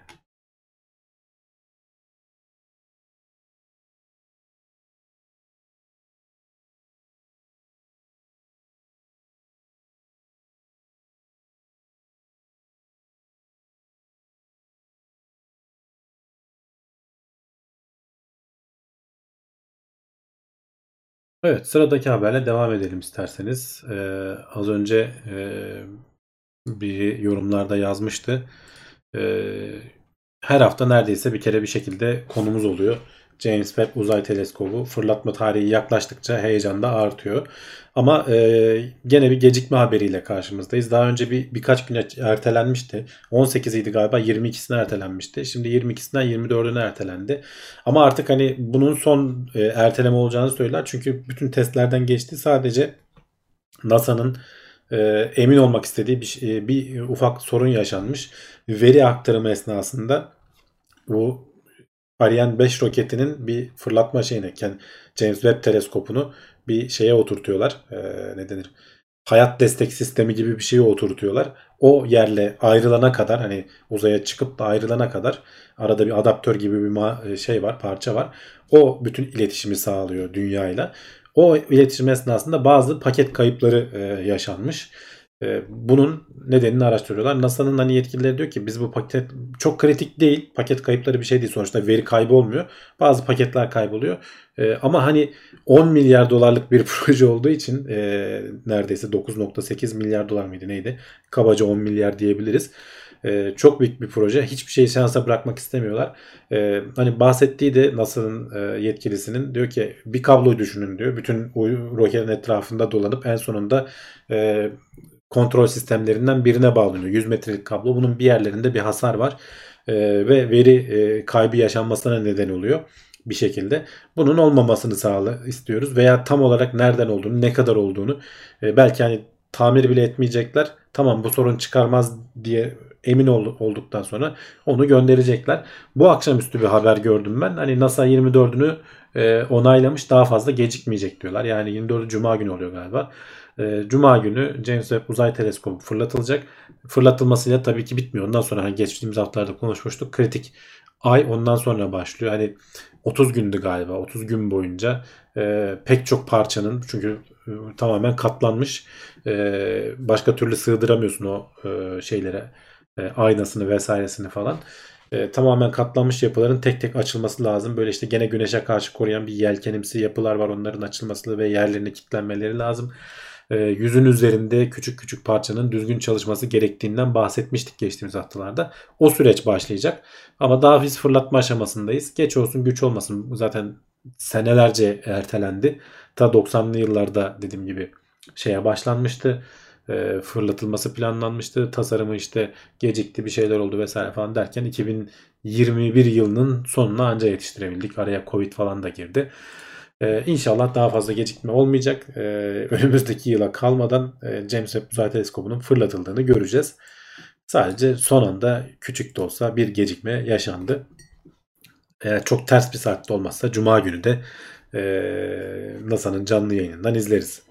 S2: Evet, sıradaki haberle devam edelim isterseniz. Az önce biri yorumlarda yazmıştı. Ee, Her hafta neredeyse bir kere bir şekilde konumuz oluyor. James Webb Uzay Teleskobu fırlatma tarihi yaklaştıkça heyecan da artıyor. Ama gene bir gecikme haberiyle karşımızdayız. Daha önce birkaç gün ertelenmişti. 18'iydi galiba, 22'sine ertelenmişti. Şimdi 22'sinden 24'üne ertelendi. Ama artık hani bunun son erteleme olacağını söyler. Çünkü bütün testlerden geçti. Sadece NASA'nın emin olmak istediği bir ufak sorun yaşanmış. Veri aktarımı esnasında bu Ariane 5 roketinin bir fırlatma şeyine, James Webb teleskopunu bir şeye oturtuyorlar. Ne denir? Hayat destek sistemi gibi bir şeye oturtuyorlar. O yerle ayrılana kadar, hani uzaya çıkıp da ayrılana kadar arada bir adaptör gibi bir şey var, parça var. O bütün iletişimi sağlıyor dünyayla. O iletişim esnasında bazı paket kayıpları yaşanmış. Bunun nedenini araştırıyorlar. NASA'nın hani yetkilileri diyor ki biz bu paket çok kritik değil. Paket kayıpları bir şey değil. Sonuçta veri kaybı olmuyor. Bazı paketler kayboluyor. Ama hani 10 milyar dolarlık bir proje olduğu için neredeyse 9,8 milyar dolar mıydı neydi? Kabaca 10 milyar diyebiliriz. Çok büyük bir proje. Hiçbir şeyi şansa bırakmak istemiyorlar. Hani bahsettiği de NASA'nın yetkilisinin diyor ki bir kabloyu düşünün diyor. Bütün roketin etrafında dolanıp en sonunda kontrol sistemlerinden birine bağlanıyor. 100 metrelik kablo. Bunun bir yerlerinde bir hasar var. Ve veri kaybı yaşanmasına neden oluyor bir şekilde. Bunun olmamasını istiyoruz. Veya tam olarak nereden olduğunu, ne kadar olduğunu belki hani tamir bile etmeyecekler. Tamam, bu sorun çıkarmaz diye emin olduktan sonra onu gönderecekler. Bu akşamüstü bir haber gördüm ben. Hani NASA 24'ünü onaylamış, daha fazla gecikmeyecek diyorlar. Yani 24'ü Cuma günü oluyor galiba. Cuma günü James Webb Uzay Teleskobu fırlatılacak. Fırlatılmasıyla tabii ki bitmiyor. Ondan sonra hani geçtiğimiz haftalarda konuşmuştuk. Kritik ay ondan sonra başlıyor. Hani 30 gündü galiba. 30 gün boyunca pek çok parçanın, çünkü tamamen katlanmış. Başka türlü sığdıramıyorsun o şeylere, aynasını vesairesini falan. Tamamen katlanmış yapıların tek tek açılması lazım. Böyle işte gene güneşe karşı koruyan bir yelkenimsi yapılar var. Onların açılması ve yerlerine kilitlenmeleri lazım. Yüzün üzerinde küçük küçük parçanın düzgün çalışması gerektiğinden bahsetmiştik geçtiğimiz haftalarda. O süreç başlayacak. Ama daha biz fırlatma aşamasındayız. Geç olsun güç olmasın. Zaten senelerce ertelendi. Ta 90'lı yıllarda dediğim gibi şeye başlanmıştı. Fırlatılması planlanmıştı. Tasarımı işte gecikti, bir şeyler oldu vesaire falan derken 2021 yılının sonuna anca yetiştirebildik. Araya Covid falan da girdi. İnşallah daha fazla gecikme olmayacak. Önümüzdeki yıla kalmadan James Webb Uzay Teleskobu'nun fırlatıldığını göreceğiz. Sadece son anda küçük de olsa bir gecikme yaşandı. Eğer çok ters bir saatte olmazsa Cuma günü de NASA'nın canlı yayınından izleriz.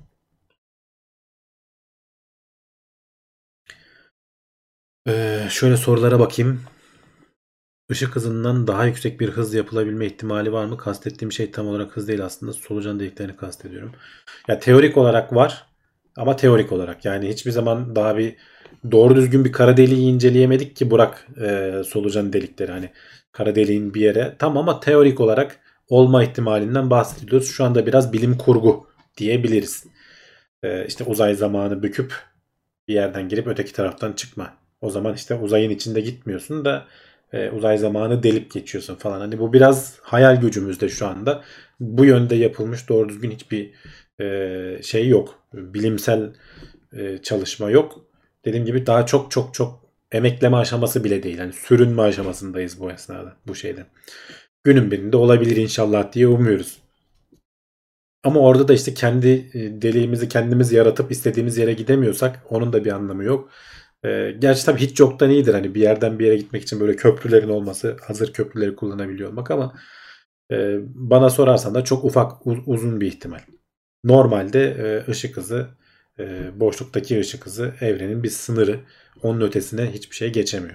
S2: Şöyle sorulara bakayım. Işık hızından daha yüksek bir hız yapılabilme ihtimali var mı? Kastettiğim şey tam olarak hız değil aslında. Solucan deliklerini kastediyorum. Ya teorik olarak var ama teorik olarak. Yani hiçbir zaman daha bir doğru düzgün bir kara deliği inceleyemedik ki bırak solucan delikleri. Hani kara deliğin bir yere tam, ama teorik olarak olma ihtimalinden bahsediyoruz. Şu anda biraz bilim kurgu diyebiliriz. İşte uzay zamanı büküp bir yerden girip öteki taraftan çıkma. O zaman işte uzayın içinde gitmiyorsun da uzay zamanı delip geçiyorsun falan. Hani bu biraz hayal gücümüzde şu anda. Bu yönde yapılmış doğru düzgün hiçbir şey yok. Bilimsel çalışma yok. Dediğim gibi daha çok çok çok emekleme aşaması bile değil. Yani sürünme aşamasındayız bu esnada, bu şeyde. Günün birinde olabilir inşallah diye umuyoruz. Ama orada da işte kendi deliğimizi kendimiz yaratıp istediğimiz yere gidemiyorsak onun da bir anlamı yok. Gerçi tabii hiç yoktan iyidir. Hani bir yerden bir yere gitmek için böyle köprülerin olması, hazır köprüleri kullanabiliyor olmak, ama bana sorarsan da çok ufak uzun bir ihtimal. Normalde ışık hızı, boşluktaki ışık hızı evrenin bir sınırı. Onun ötesine hiçbir şey geçemiyor.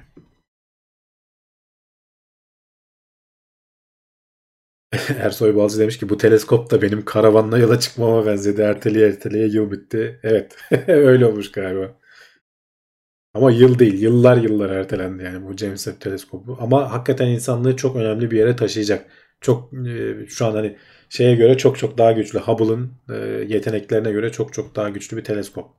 S2: Ersoy Balcı demiş ki bu teleskop da benim karavanla yola çıkmama benzedi. Erteleye erteleye yıl bitti. Evet, öyle olmuş galiba. Ama yıl değil, yıllar yıllar ertelendi yani bu James Webb teleskobu. Ama hakikaten insanlığı çok önemli bir yere taşıyacak. Çok şu an hani şeye göre çok çok daha güçlü. Hubble'ın yeteneklerine göre çok çok daha güçlü bir teleskop.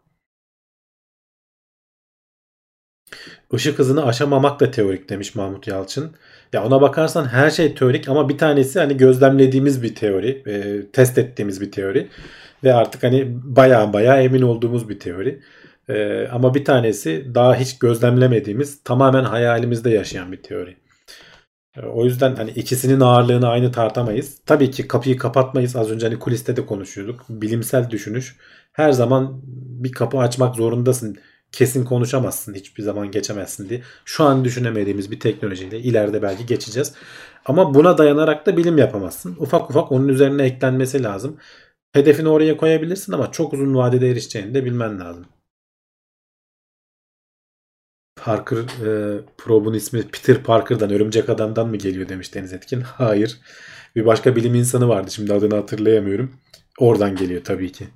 S2: Işık hızını aşamamak da teorik demiş Mahmut Yalçın. Ya ona bakarsan her şey teorik ama bir tanesi hani gözlemlediğimiz bir teori, test ettiğimiz bir teori ve artık hani baya baya emin olduğumuz bir teori. Ama bir tanesi daha hiç gözlemlemediğimiz, tamamen hayalimizde yaşayan bir teori. O yüzden hani ikisinin ağırlığını aynı tartamayız. Tabii ki kapıyı kapatmayız. Az önce hani kuliste de konuşuyorduk. Bilimsel düşünüş. Her zaman bir kapı açmak zorundasın. Kesin konuşamazsın. Hiçbir zaman geçemezsin diye. Şu an düşünemediğimiz bir teknolojiyle ileride belki geçeceğiz. Ama buna dayanarak da bilim yapamazsın. Ufak ufak onun üzerine eklenmesi lazım. Hedefini oraya koyabilirsin ama çok uzun vadede erişeceğini de bilmen lazım. Parker Probe'un ismi Peter Parker'dan, Örümcek Adam'dan mı geliyor demiş Deniz Etkin. Hayır. Bir başka bilim insanı vardı. Şimdi adını hatırlayamıyorum. Oradan geliyor tabii ki.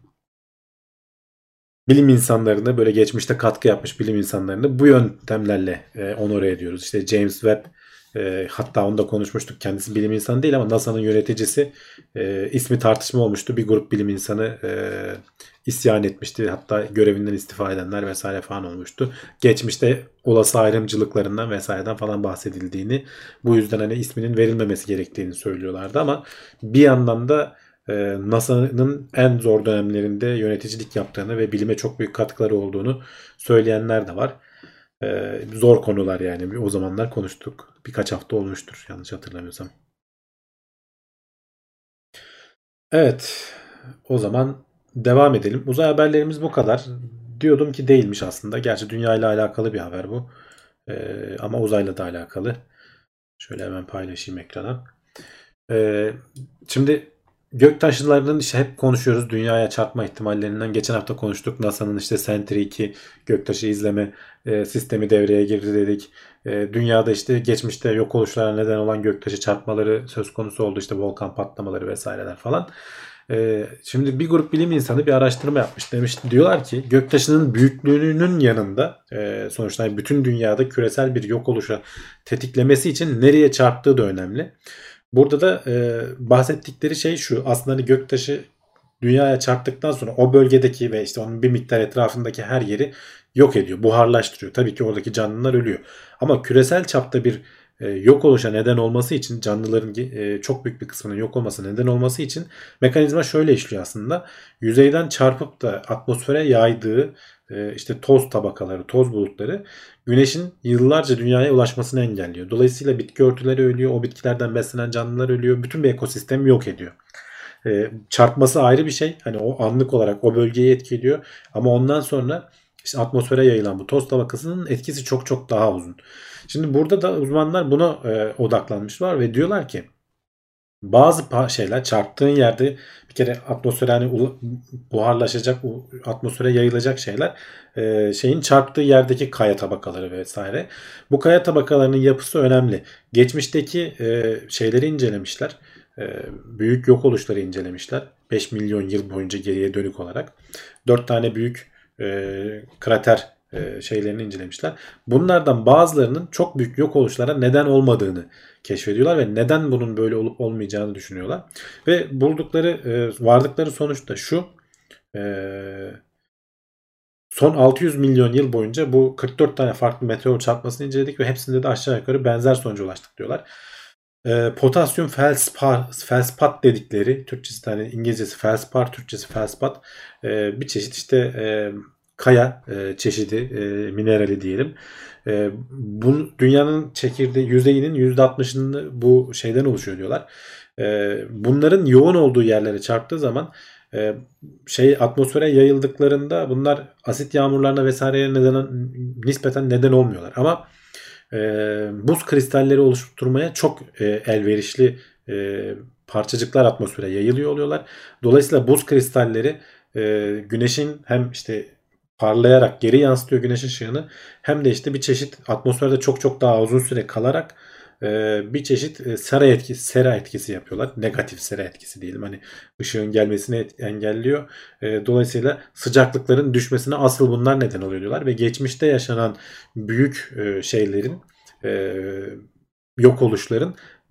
S2: Bilim insanlarını, böyle geçmişte katkı yapmış bilim insanlarını bu yöntemlerle onore ediyoruz. İşte James Webb, hatta onu da konuşmuştuk. Kendisi bilim insanı değil ama NASA'nın yöneticisi, ismi tartışma olmuştu. Bir grup bilim insanı isyan etmişti. Hatta görevinden istifa edenler vesaire falan olmuştu. Geçmişte olası ayrımcılıklarından vesaireden falan bahsedildiğini, bu yüzden hani isminin verilmemesi gerektiğini söylüyorlardı ama bir yandan da NASA'nın en zor dönemlerinde yöneticilik yaptığını ve bilime çok büyük katkıları olduğunu söyleyenler de var. Zor konular yani. O zamanlar konuştuk. Birkaç hafta olmuştur yanlış hatırlamıyorsam. Evet. O zaman devam edelim. Uzay haberlerimiz bu kadar. Diyordum ki değilmiş aslında. Gerçi dünya ile alakalı bir haber bu. Ama uzayla da alakalı. Şöyle hemen paylaşayım ekrana. Şimdi göktaşlarının işte hep konuşuyoruz dünyaya çarpma ihtimallerinden. Geçen hafta konuştuk. NASA'nın işte Sentry-2 göktaşı izleme sistemi devreye girdi dedik. Dünyada işte geçmişte yok oluşlara neden olan göktaşı çarpmaları söz konusu oldu. İşte volkan patlamaları vesaireler falan. Şimdi bir grup bilim insanı bir araştırma yapmış. Diyorlar ki göktaşının büyüklüğünün yanında sonuçta bütün dünyada küresel bir yok oluşa tetiklemesi için nereye çarptığı da önemli. Burada da bahsettikleri şey şu. Aslında hani göktaşı dünyaya çarptıktan sonra o bölgedeki ve işte onun bir miktar etrafındaki her yeri yok ediyor. Buharlaştırıyor. Tabii ki oradaki canlılar ölüyor. Ama küresel çapta bir yok oluşa neden olması için, canlıların çok büyük bir kısmının yok olması neden olması için mekanizma şöyle işliyor aslında. Yüzeyden çarpıp da atmosfere yaydığı işte toz tabakaları, toz bulutları güneşin yıllarca dünyaya ulaşmasını engelliyor. Dolayısıyla bitki örtüleri ölüyor. O bitkilerden beslenen canlılar ölüyor. Bütün bir ekosistemi yok ediyor. Çarpması ayrı bir şey. Hani o anlık olarak o bölgeyi etki ediyor. Ama ondan sonra işte atmosfere yayılan bu toz tabakasının etkisi çok çok daha uzun. Şimdi burada da uzmanlar buna odaklanmışlar ve diyorlar ki bazı şeyler çarptığın yerde bir kere atmosfere hani buharlaşacak, atmosfere yayılacak şeyler şeyin çarptığı yerdeki kaya tabakaları vesaire. Bu kaya tabakalarının yapısı önemli. Geçmişteki şeyleri incelemişler. Büyük yok oluşları incelemişler. 5 milyon yıl boyunca geriye dönük olarak. 4 tane büyük krater şeylerini incelemişler. Bunlardan bazılarının çok büyük yok oluşlara neden olmadığını keşfediyorlar ve neden bunun böyle olup olmayacağını düşünüyorlar. Ve vardıkları sonuç da şu. Son 600 milyon yıl boyunca bu 44 tane farklı meteor çarpmasını inceledik ve hepsinde de aşağı yukarı benzer sonuca ulaştık diyorlar. Potasyum felspat dedikleri, Türkçesi hani İngilizcesi felspar, Türkçesi felspat, bir çeşit işte kaya çeşidi, minerali diyelim. Bu dünyanın çekirdeği yüzeyinin %60'ını bu şeyden oluşuyor diyorlar. Bunların yoğun olduğu yerlere çarptığı zaman atmosfere yayıldıklarında bunlar asit yağmurlarına vesaireye nispeten neden olmuyorlar. Ama buz kristalleri oluşturmaya çok elverişli parçacıklar atmosfere yayılıyor oluyorlar. Dolayısıyla buz kristalleri güneşin hem işte parlayarak geri yansıtıyor güneş ışığını, hem de işte bir çeşit atmosferde çok çok daha uzun süre kalarak bir çeşit sera etkisi yapıyorlar. Negatif sera etkisi diyelim. Hani ışığın gelmesini engelliyor. Dolayısıyla sıcaklıkların düşmesine asıl bunlar neden oluyor diyorlar ve geçmişte yaşanan büyük şeylerin yok oluşların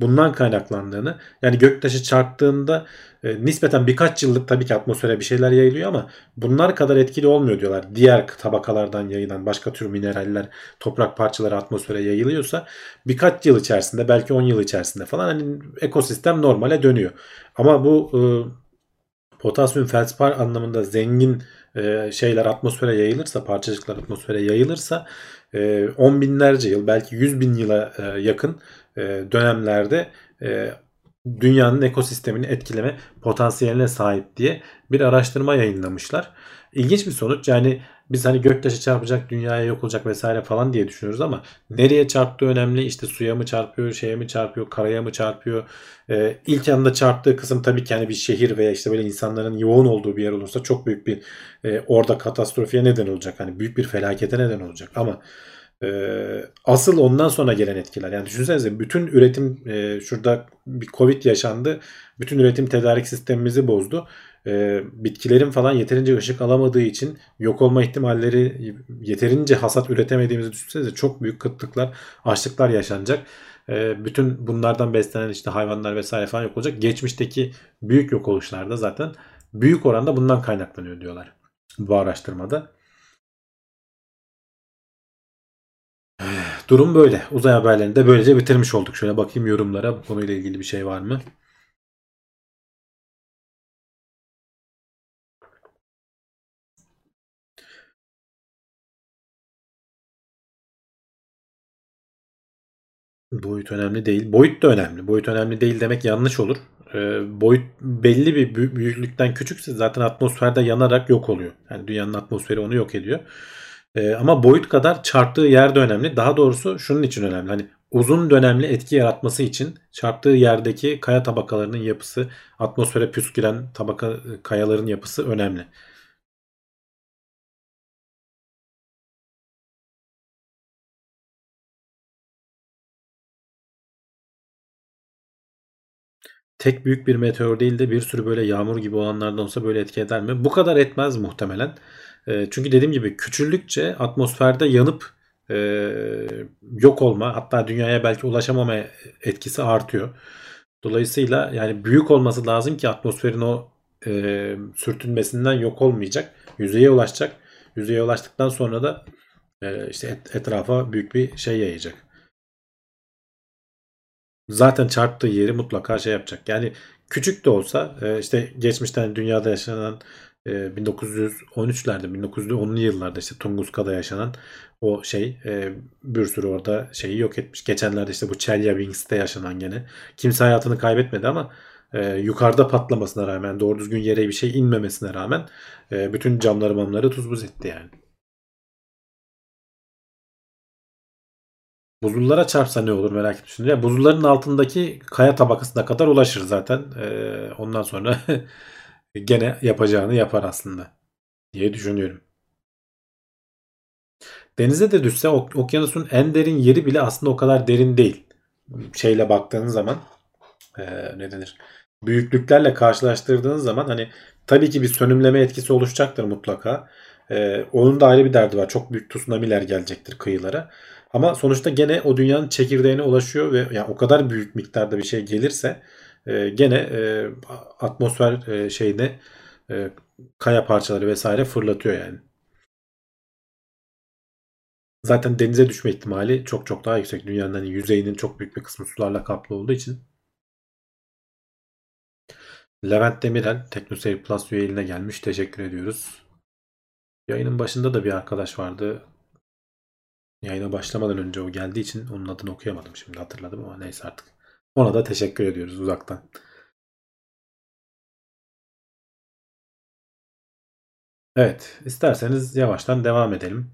S2: bundan kaynaklandığını, yani göktaşı çarptığında nispeten birkaç yıllık tabii ki atmosfere bir şeyler yayılıyor ama bunlar kadar etkili olmuyor diyorlar. Diğer tabakalardan yayılan başka tür mineraller, toprak parçaları atmosfere yayılıyorsa birkaç yıl içerisinde, belki 10 yıl içerisinde falan hani ekosistem normale dönüyor. Ama bu potasyum felspar anlamında zengin şeyler atmosfere yayılırsa, parçacıklar atmosfere yayılırsa 10 binlerce yıl, belki 100 bin yıla yakın dönemlerde dünyanın ekosistemini etkileme potansiyeline sahip diye bir araştırma yayınlamışlar. İlginç bir sonuç. Yani biz hani göktaşı çarpacak, dünyaya yok olacak vesaire falan diye düşünüyoruz ama nereye çarptığı önemli. İşte suya mı çarpıyor, şeye mi çarpıyor, karaya mı çarpıyor? İlk anda çarptığı kısım tabii ki hani bir şehir veya işte böyle insanların yoğun olduğu bir yer olursa çok büyük bir orada katastrofiye neden olacak. Hani büyük bir felakete neden olacak ama asıl ondan sonra gelen etkiler. Yani düşünsenize, bütün üretim şurada bir Covid yaşandı. Bütün üretim tedarik sistemimizi bozdu. Bitkilerin falan yeterince ışık alamadığı için yok olma ihtimalleri, yeterince hasat üretemediğimizi düşünsenize, çok büyük kıtlıklar, açlıklar yaşanacak. Bütün bunlardan beslenen işte hayvanlar vesaire falan yok olacak. Geçmişteki büyük yok oluşlarda zaten büyük oranda bundan kaynaklanıyor diyorlar bu araştırmada. Durum böyle. Uzay haberlerini de böylece bitirmiş olduk. Şöyle bakayım yorumlara. Bu konuyla ilgili bir şey var mı? Boyut önemli değil. Boyut da önemli. Boyut önemli değil demek yanlış olur. Boyut belli bir büyüklükten küçükse zaten atmosferde yanarak yok oluyor. Yani dünyanın atmosferi onu yok ediyor. Ama boyut kadar çarptığı yer de önemli. Daha doğrusu şunun için önemli. Hani uzun dönemli etki yaratması için çarptığı yerdeki kaya tabakalarının yapısı, atmosfere püsküren tabaka kayaların yapısı önemli. Tek büyük bir meteor değil de bir sürü böyle yağmur gibi olanlardan olsa böyle etki eder mi? Bu kadar etmez muhtemelen. Çünkü dediğim gibi küçüldükçe atmosferde yanıp e, yok olma, hatta dünyaya belki ulaşamama etkisi artıyor. Dolayısıyla yani büyük olması lazım ki atmosferin o sürtünmesinden yok olmayacak. Yüzeye ulaşacak. Yüzeye ulaştıktan sonra da işte etrafa büyük bir şey yayacak. Zaten çarptığı yeri mutlaka şey yapacak. Yani küçük de olsa işte geçmişten dünyada yaşanan 1913'lerde, 1910'lu yıllarda işte Tunguska'da yaşanan o şey bir sürü orada şeyi yok etmiş. Geçenlerde işte bu Chelyabinsk'te yaşanan gene. Kimse hayatını kaybetmedi ama yukarıda patlamasına rağmen, doğru düzgün yere bir şey inmemesine rağmen bütün camları mamları tuz buz etti yani. Buzullara çarpsa ne olur merak etmiştim. Ya buzulların altındaki kaya tabakasına kadar ulaşır zaten. Ondan sonra gene yapacağını yapar aslında diye düşünüyorum. Denize de düşse okyanusun en derin yeri bile aslında o kadar derin değil. Şeyle baktığın zaman ne denir? Büyüklüklerle karşılaştırdığın zaman hani tabii ki bir sönümleme etkisi oluşacaktır mutlaka. Onun da ayrı bir derdi var. Çok büyük tsunami'ler gelecektir kıyılara. Ama sonuçta gene o dünyanın çekirdeğine ulaşıyor ve yani o kadar büyük miktarda bir şey gelirse gene atmosfer şeyine e, kaya parçaları vesaire fırlatıyor yani. Zaten denize düşme ihtimali çok çok daha yüksek. Dünyanın hani yüzeyinin çok büyük bir kısmı sularla kaplı olduğu için. Levent Demirel TeknoSeyir Plus üyeliğine gelmiş. Teşekkür ediyoruz. Yayının başında da bir arkadaş vardı. Yayına başlamadan önce o geldiği için onun adını okuyamadım, şimdi hatırladım ama neyse artık. Ona da teşekkür ediyoruz uzaktan. Evet, isterseniz yavaştan devam edelim.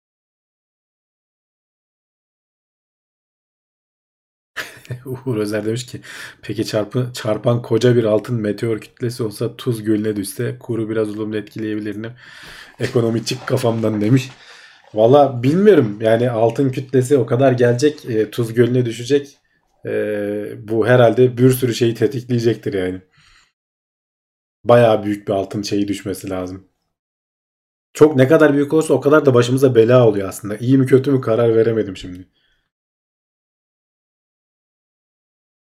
S2: Uğur Özer demiş ki peki çarpan koca bir altın meteor kütlesi olsa Tuz Gölü'ne düşse kuru biraz olumlu etkileyebilir mi? Ekonomik kafamdan demiş. Valla bilmiyorum. Yani altın kütlesi o kadar gelecek, Tuz Gölü'ne düşecek. Bu herhalde bir sürü şeyi tetikleyecektir yani. Bayağı büyük bir altın şeyi düşmesi lazım. Çok ne kadar büyük olursa o kadar da başımıza bela oluyor aslında. İyi mi kötü mü karar veremedim şimdi.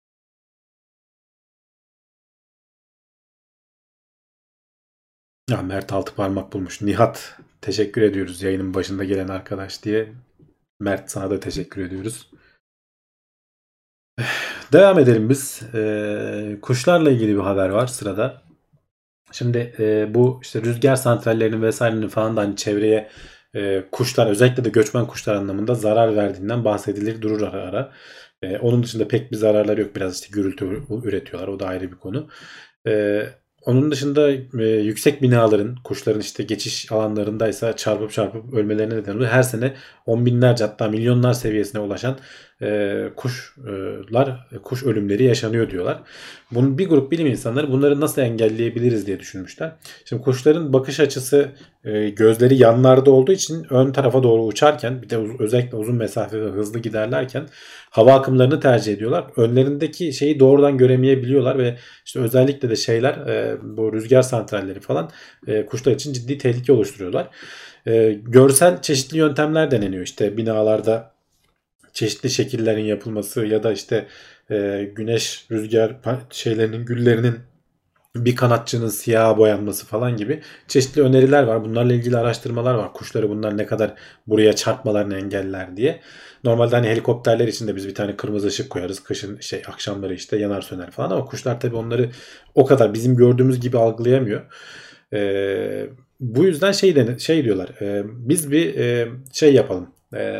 S2: Ya Mert altı parmak bulmuş. Nihat teşekkür ediyoruz yayının başında gelen arkadaş diye. Mert sana da teşekkür ediyoruz. Devam edelim biz. Kuşlarla ilgili bir haber var sırada. Şimdi bu işte rüzgar santrallerinin vesairenin falan da hani çevreye kuşlar özellikle de göçmen kuşlar anlamında zarar verdiğinden bahsedilir durur ara ara. Onun dışında pek bir zararları yok. Biraz işte gürültü üretiyorlar. O da ayrı bir konu. E, Onun dışında yüksek binaların kuşların işte geçiş alanlarındaysa çarpıp çarpıp ölmelerine neden oluyor. Her sene on binlerce hatta milyonlar seviyesine ulaşan kuş ölümleri yaşanıyor diyorlar. Bunun bir grup bilim insanları bunları nasıl engelleyebiliriz diye düşünmüşler. Şimdi kuşların bakış açısı gözleri yanlarda olduğu için ön tarafa doğru uçarken bir de özellikle uzun mesafe ve hızlı giderlerken hava akımlarını tercih ediyorlar. Önlerindeki şeyi doğrudan göremeyebiliyorlar ve işte özellikle de bu rüzgar santralleri falan kuşlar için ciddi tehlike oluşturuyorlar. Görsel çeşitli yöntemler deneniyor. İşte binalarda çeşitli şekillerin yapılması ya da işte güneş rüzgar şeylerinin güllerinin bir kanatçının siyaha boyanması falan gibi çeşitli öneriler var. Bunlarla ilgili araştırmalar var. Kuşları bunlar ne kadar buraya çarpmalarını engeller diye. Normalde hani helikopterler için de biz bir tane kırmızı ışık koyarız. Kışın akşamları işte yanar söner falan ama kuşlar tabii onları o kadar bizim gördüğümüz gibi algılayamıyor. Bu yüzden şey diyorlar. Biz bir şey yapalım.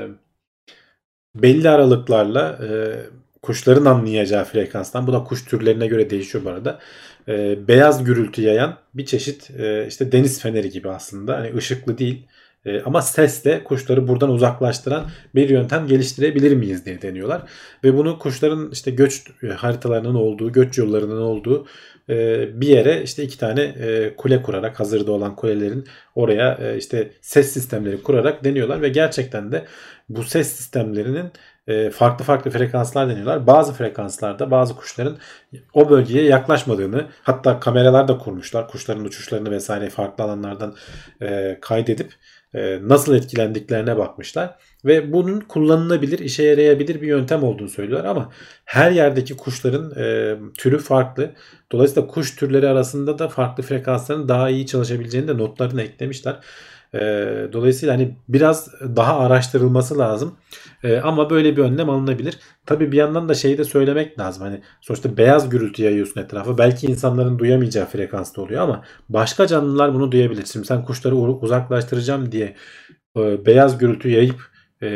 S2: Belli aralıklarla kuşların anlayacağı frekanstan, bu da kuş türlerine göre değişiyor bu arada. Beyaz gürültü yayan bir çeşit işte deniz feneri gibi aslında. Hani ışıklı değil ama sesle kuşları buradan uzaklaştıran bir yöntem geliştirebilir miyiz diye deniyorlar. Ve bunu kuşların işte göç haritalarının olduğu, göç yollarının olduğu bir yere işte iki tane kule kurarak, hazırda olan kulelerin oraya işte ses sistemleri kurarak deniyorlar ve gerçekten de bu ses sistemlerinin farklı farklı frekanslar deniyorlar. Bazı frekanslarda bazı kuşların o bölgeye yaklaşmadığını, hatta kameralar da kurmuşlar. Kuşların uçuşlarını vesaire farklı alanlardan kaydedip nasıl etkilendiklerine bakmışlar. Ve bunun kullanılabilir, işe yarayabilir bir yöntem olduğunu söylüyorlar ama her yerdeki kuşların türü farklı. Dolayısıyla kuş türleri arasında da farklı frekansların daha iyi çalışabileceğini de notlarına eklemişler. Dolayısıyla hani biraz daha araştırılması lazım. Ama böyle bir önlem alınabilir. Tabii bir yandan da şeyi de söylemek lazım. Hani sonuçta beyaz gürültü yayıyorsun etrafa. Belki insanların duyamayacağı frekansta oluyor ama başka canlılar bunu duyabilir. Şimdi sen kuşları uzaklaştıracağım diye beyaz gürültü yayıp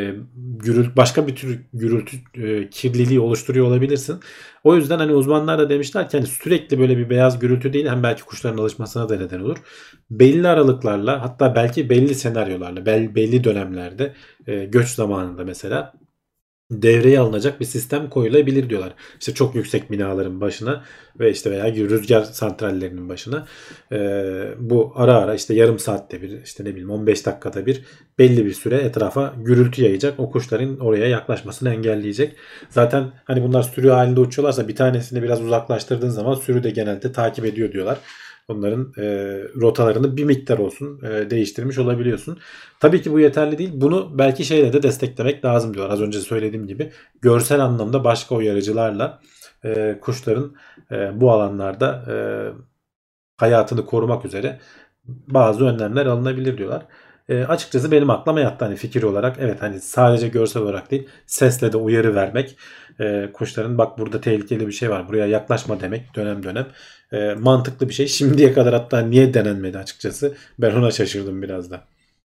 S2: başka bir tür gürültü kirliliği oluşturuyor olabilirsin. O yüzden hani uzmanlar da demişler ki hani sürekli böyle bir beyaz gürültü değil, hem belki kuşların alışmasına da neden olur. Belli aralıklarla, hatta belki belli senaryolarla, belli dönemlerde göç zamanında mesela devreye alınacak bir sistem koyulabilir diyorlar. İşte çok yüksek binaların başına ve işte veya rüzgar santrallerinin başına bu ara ara işte yarım saatte bir, işte ne bileyim 15 dakikada bir belli bir süre etrafa gürültü yayacak. O kuşların oraya yaklaşmasını engelleyecek. Zaten hani bunlar sürü halinde uçuyorlarsa bir tanesini biraz uzaklaştırdığın zaman sürü de genelde takip ediyor diyorlar. Onların rotalarını bir miktar olsun değiştirmiş olabiliyorsun. Tabii ki bu yeterli değil. Bunu belki şeyle de desteklemek lazım diyorlar. Az önce söylediğim gibi görsel anlamda başka uyarıcılarla kuşların bu alanlarda hayatını korumak üzere bazı önlemler alınabilir diyorlar. Açıkçası benim aklıma yattı hani fikir olarak. Evet, hani sadece görsel olarak değil, sesle de uyarı vermek, kuşların bak burada tehlikeli bir şey var, buraya yaklaşma demek dönem dönem mantıklı bir şey. Şimdiye kadar hatta niye denenmedi açıkçası, ben ona şaşırdım biraz da.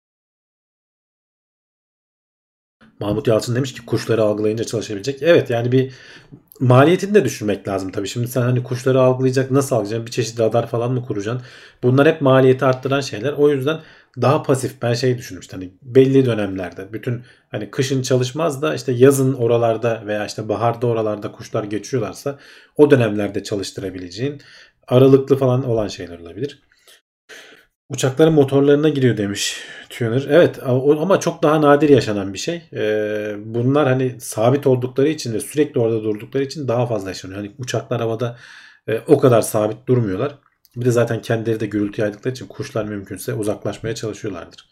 S2: Mahmut Yalçın demiş ki kuşları algılayınca çalışabilecek. Evet, yani bir maliyetini de düşürmek lazım tabii. Şimdi sen hani kuşları algılayacak, nasıl algılayacaksın? Bir çeşit radar falan mı kuracaksın? Bunlar hep maliyeti arttıran şeyler. O yüzden daha pasif, ben şey düşünmüştüm. Hani belli dönemlerde bütün hani kışın çalışmaz da işte yazın oralarda veya işte baharda oralarda kuşlar geçiyorlarsa o dönemlerde çalıştırabileceğin aralıklı falan olan şeyler olabilir. Uçakların motorlarına giriyor demiş Tuner. Evet ama çok daha nadir yaşanan bir şey. Bunlar hani sabit oldukları için ve sürekli orada durdukları için daha fazla yaşanıyor. Hani uçaklar havada o kadar sabit durmuyorlar. Bir de zaten kendileri de gürültü yaydıkları için kuşlar mümkünse uzaklaşmaya çalışıyorlardır.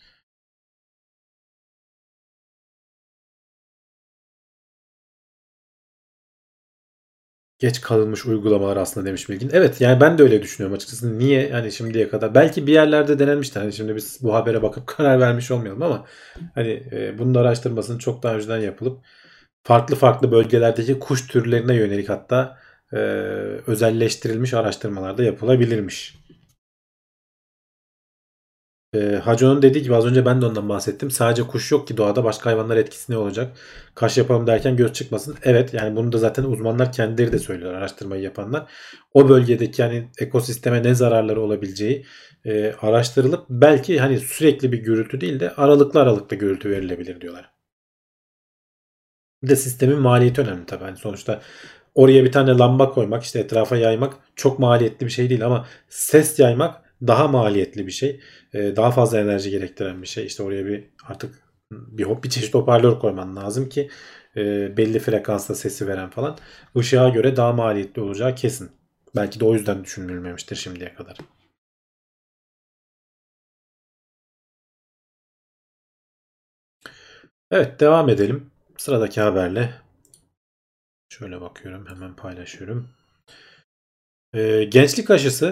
S2: geç kalınmış uygulamalar aslında demiş Bilgin. Evet, yani ben de öyle düşünüyorum açıkçası. Niye hani şimdiye kadar? Belki bir yerlerde denenmiştir. Hani şimdi biz bu habere bakıp karar vermiş olmayalım ama hani bunun araştırmasının çok daha önceden yapılıp farklı farklı bölgelerdeki kuş türlerine yönelik hatta e, özelleştirilmiş araştırmalar da yapılabilirmiş. Hacı'nın dediği gibi az önce ben de ondan bahsettim. Sadece kuş yok ki doğada, başka hayvanlar etkisi ne olacak? Kaş yapalım derken göz çıkmasın. Evet, yani bunu da zaten uzmanlar kendileri de söylüyorlar, araştırmayı yapanlar. O bölgedeki yani ekosisteme ne zararları olabileceği araştırılıp belki hani sürekli bir gürültü değil de aralıklı aralıklı gürültü verilebilir diyorlar. Bir de sistemin maliyeti önemli tabii. Yani sonuçta oraya bir tane lamba koymak, işte etrafa yaymak çok maliyetli bir şey değil ama ses yaymak daha maliyetli bir şey. Daha fazla enerji gerektiren bir şey. İşte oraya bir artık bir çeşit hoparlör koyman lazım ki belli frekansta sesi veren falan. Işığa göre daha maliyetli olacağı kesin. Belki de o yüzden düşünülmemiştir şimdiye kadar. Evet, devam edelim. Sıradaki haberle. Şöyle bakıyorum, hemen paylaşıyorum. Gençlik aşısı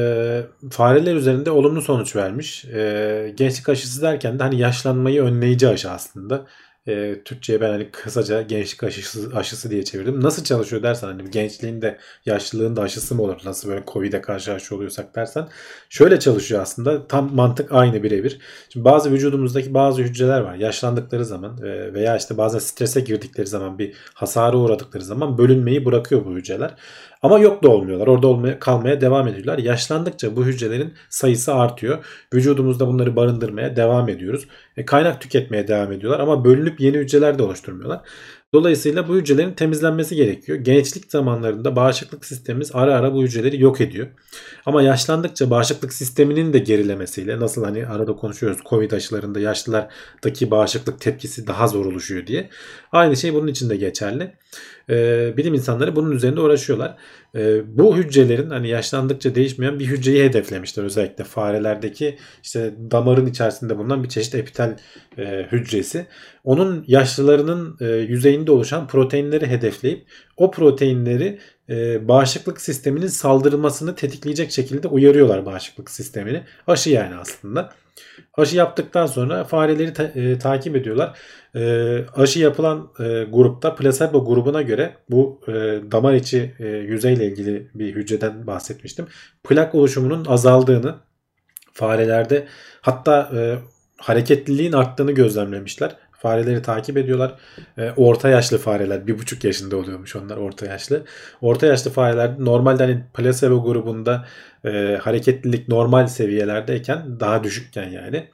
S2: fareler üzerinde olumlu sonuç vermiş. Gençlik aşısı derken de hani yaşlanmayı önleyici aşı aslında. Türkçe'ye ben hani kısaca gençlik aşısı diye çevirdim. Nasıl çalışıyor dersen, hani gençliğin de yaşlılığın da aşısı mı olur? Nasıl böyle Covid'e karşı aşı oluyorsak dersen. Şöyle çalışıyor aslında. Tam mantık aynı, birebir. Şimdi bazı vücudumuzdaki bazı hücreler var. Yaşlandıkları zaman veya işte bazen strese girdikleri zaman, bir hasara uğradıkları zaman bölünmeyi bırakıyor bu hücreler. Ama yok da olmuyorlar. Orada kalmaya devam ediyorlar. Yaşlandıkça bu hücrelerin sayısı artıyor. Vücudumuzda bunları barındırmaya devam ediyoruz. Kaynak tüketmeye devam ediyorlar ama bölünüp yeni hücreler de oluşturmuyorlar. Dolayısıyla bu hücrelerin temizlenmesi gerekiyor. Gençlik zamanlarında bağışıklık sistemimiz ara ara bu hücreleri yok ediyor. Ama yaşlandıkça bağışıklık sisteminin de gerilemesiyle, nasıl hani arada konuşuyoruz Covid aşılarında yaşlılardaki bağışıklık tepkisi daha zor oluşuyor diye. Aynı şey bunun için de geçerli. Bilim insanları bunun üzerinde uğraşıyorlar. Bu hücrelerin hani yaşlandıkça değişmeyen bir hücreyi hedeflemişler. Özellikle farelerdeki işte damarın içerisinde bulunan bir çeşit epitel hücresi. Onun yaşlılarının yüzeyinde oluşan proteinleri hedefleyip o proteinleri bağışıklık sisteminin saldırmasını tetikleyecek şekilde uyarıyorlar bağışıklık sistemini. Aşı yani aslında. Aşı yaptıktan sonra fareleri takip ediyorlar. Aşı yapılan grupta plasebo grubuna göre bu damar içi yüzeyle ilgili bir hücreden bahsetmiştim. Plak oluşumunun azaldığını, farelerde hatta hareketliliğin arttığını gözlemlemişler. Fareleri takip ediyorlar. Orta yaşlı fareler, 1,5 yaşında oluyormuş onlar, orta yaşlı. Orta yaşlı fareler normalde hani plasebo grubunda hareketlilik normal seviyelerdeyken, daha düşükken yani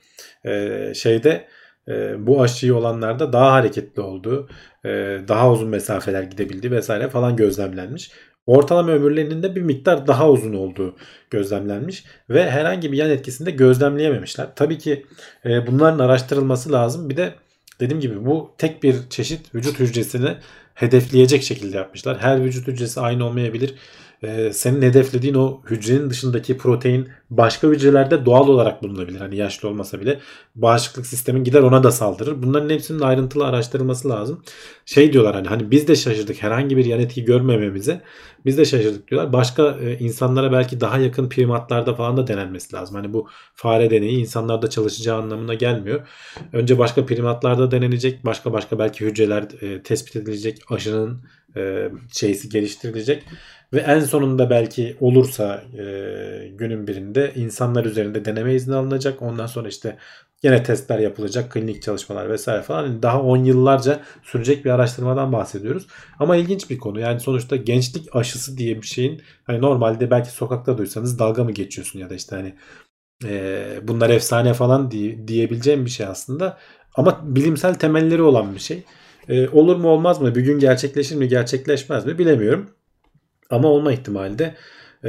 S2: şeyde bu aşıyı olanlarda daha hareketli olduğu, daha uzun mesafeler gidebildiği vesaire falan gözlemlenmiş. Ortalama ömürlerinin de bir miktar daha uzun olduğu gözlemlenmiş ve herhangi bir yan etkisini de gözlemleyememişler. Tabii ki bunların araştırılması lazım. Bir de dediğim gibi bu tek bir çeşit vücut hücresini hedefleyecek şekilde yapmışlar. Her vücut hücresi aynı olmayabilir. Senin hedeflediğin o hücrenin dışındaki protein başka hücrelerde doğal olarak bulunabilir. Hani yaşlı olmasa bile bağışıklık sistemin gider ona da saldırır. Bunların hepsinin ayrıntılı araştırılması lazım. Şey diyorlar, hani biz de şaşırdık herhangi bir yan etki görmememize. Biz de şaşırdık diyorlar. Başka insanlara belki daha yakın primatlarda falan da denenmesi lazım. Hani bu fare deneyi insanlarda çalışacağı anlamına gelmiyor. Önce başka primatlarda denenecek. Başka belki hücreler tespit edilecek. Aşının şeysi geliştirilecek. Ve en sonunda belki olursa günün birinde insanlar üzerinde deneme izni alınacak. Ondan sonra işte yine testler yapılacak, klinik çalışmalar vesaire falan. Yani daha 10 yıllarca sürecek bir araştırmadan bahsediyoruz. Ama ilginç bir konu. Yani sonuçta gençlik aşısı diye bir şeyin, hani normalde belki sokakta duysanız dalga mı geçiyorsun ya da işte hani bunlar efsane falan diyebileceğim bir şey aslında. Ama bilimsel temelleri olan bir şey. Olur mu olmaz mı? Bir gün gerçekleşir mi gerçekleşmez mi bilemiyorum. Ama olma ihtimali de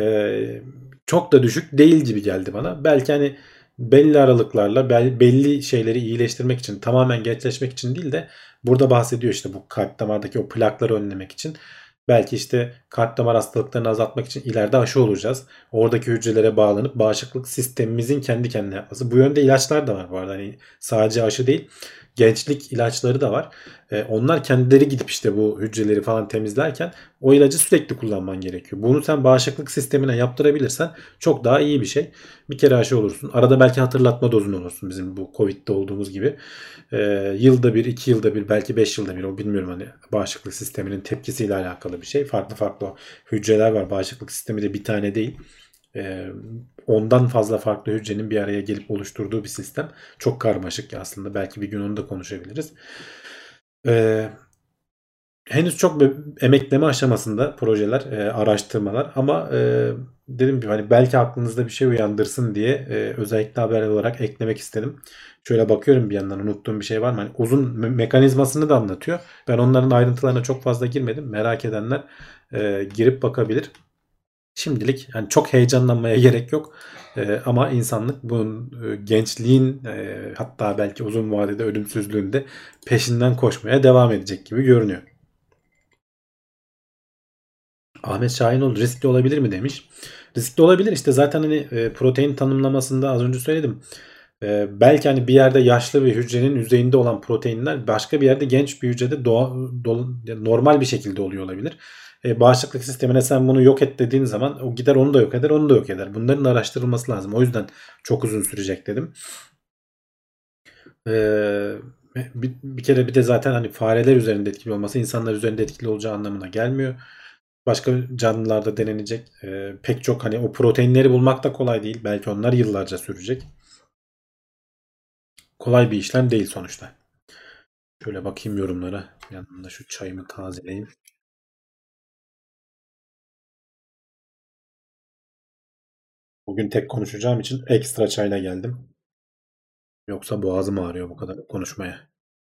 S2: çok da düşük değil gibi geldi bana. Belki hani belli aralıklarla belli şeyleri iyileştirmek için, tamamen gençleşmek için değil de burada bahsediyor işte bu kalp damardaki o plakları önlemek için. Belki işte kalp damar hastalıklarını azaltmak için ileride aşı olacağız. Oradaki hücrelere bağlanıp bağışıklık sistemimizin kendi kendine yapması. Bu yönde ilaçlar da var bu arada. Hani sadece aşı değil. gençlik ilaçları da var. Onlar kendileri gidip işte bu hücreleri falan temizlerken o ilacı sürekli kullanman gerekiyor. Bunu sen bağışıklık sistemine yaptırabilirsen çok daha iyi bir şey. Bir kere aşı olursun. Arada belki hatırlatma dozun olursun bizim bu Covid'de olduğumuz gibi. Yılda bir, 2 yılda bir, belki 5 yılda bir, o bilmiyorum, hani bağışıklık sisteminin tepkisiyle alakalı bir şey. Farklı farklı hücreler var. Bağışıklık sistemi de bir tane değil. Ondan fazla farklı hücrenin bir araya gelip oluşturduğu bir sistem. Çok karmaşık aslında. Belki bir gün onu da konuşabiliriz. Henüz çok emekleme aşamasında projeler, araştırmalar, ama dediğim gibi hani belki aklınızda bir şey uyandırsın diye özellikle haber olarak eklemek istedim. Şöyle bakıyorum bir yandan, unuttuğum bir şey var mı? Hani uzun mekanizmasını da anlatıyor. Ben onların ayrıntılarına çok fazla girmedim. Merak edenler girip bakabilir. Şimdilik yani çok heyecanlanmaya gerek yok. Ama insanlık bunun gençliğin, hatta belki uzun vadede ölümsüzlüğünde peşinden koşmaya devam edecek gibi görünüyor. Ahmet Şahinoğlu riskli olabilir mi demiş. Riskli olabilir işte, zaten hani protein tanımlamasında az önce söyledim. Belki hani bir yerde yaşlı bir hücrenin yüzeyinde olan proteinler başka bir yerde genç bir hücrede normal bir şekilde oluyor olabilir. Bağışıklık sistemine sen bunu yok et dediğin zaman o gider onu da yok eder, onu da yok eder. Bunların araştırılması lazım. O yüzden çok uzun sürecek dedim. Bir kere bir de zaten hani fareler üzerinde etkili olması insanlar üzerinde etkili olacağı anlamına gelmiyor. Başka canlılarda denenecek pek çok, hani o proteinleri bulmak da kolay değil. Belki onlar yıllarca sürecek. Kolay bir işlem değil sonuçta. Şöyle bakayım yorumlara. Yanımda şu çayımı tazeleyeyim. Bugün tek konuşacağım için ekstra çayla geldim. Yoksa boğazım ağrıyor bu kadar konuşmaya.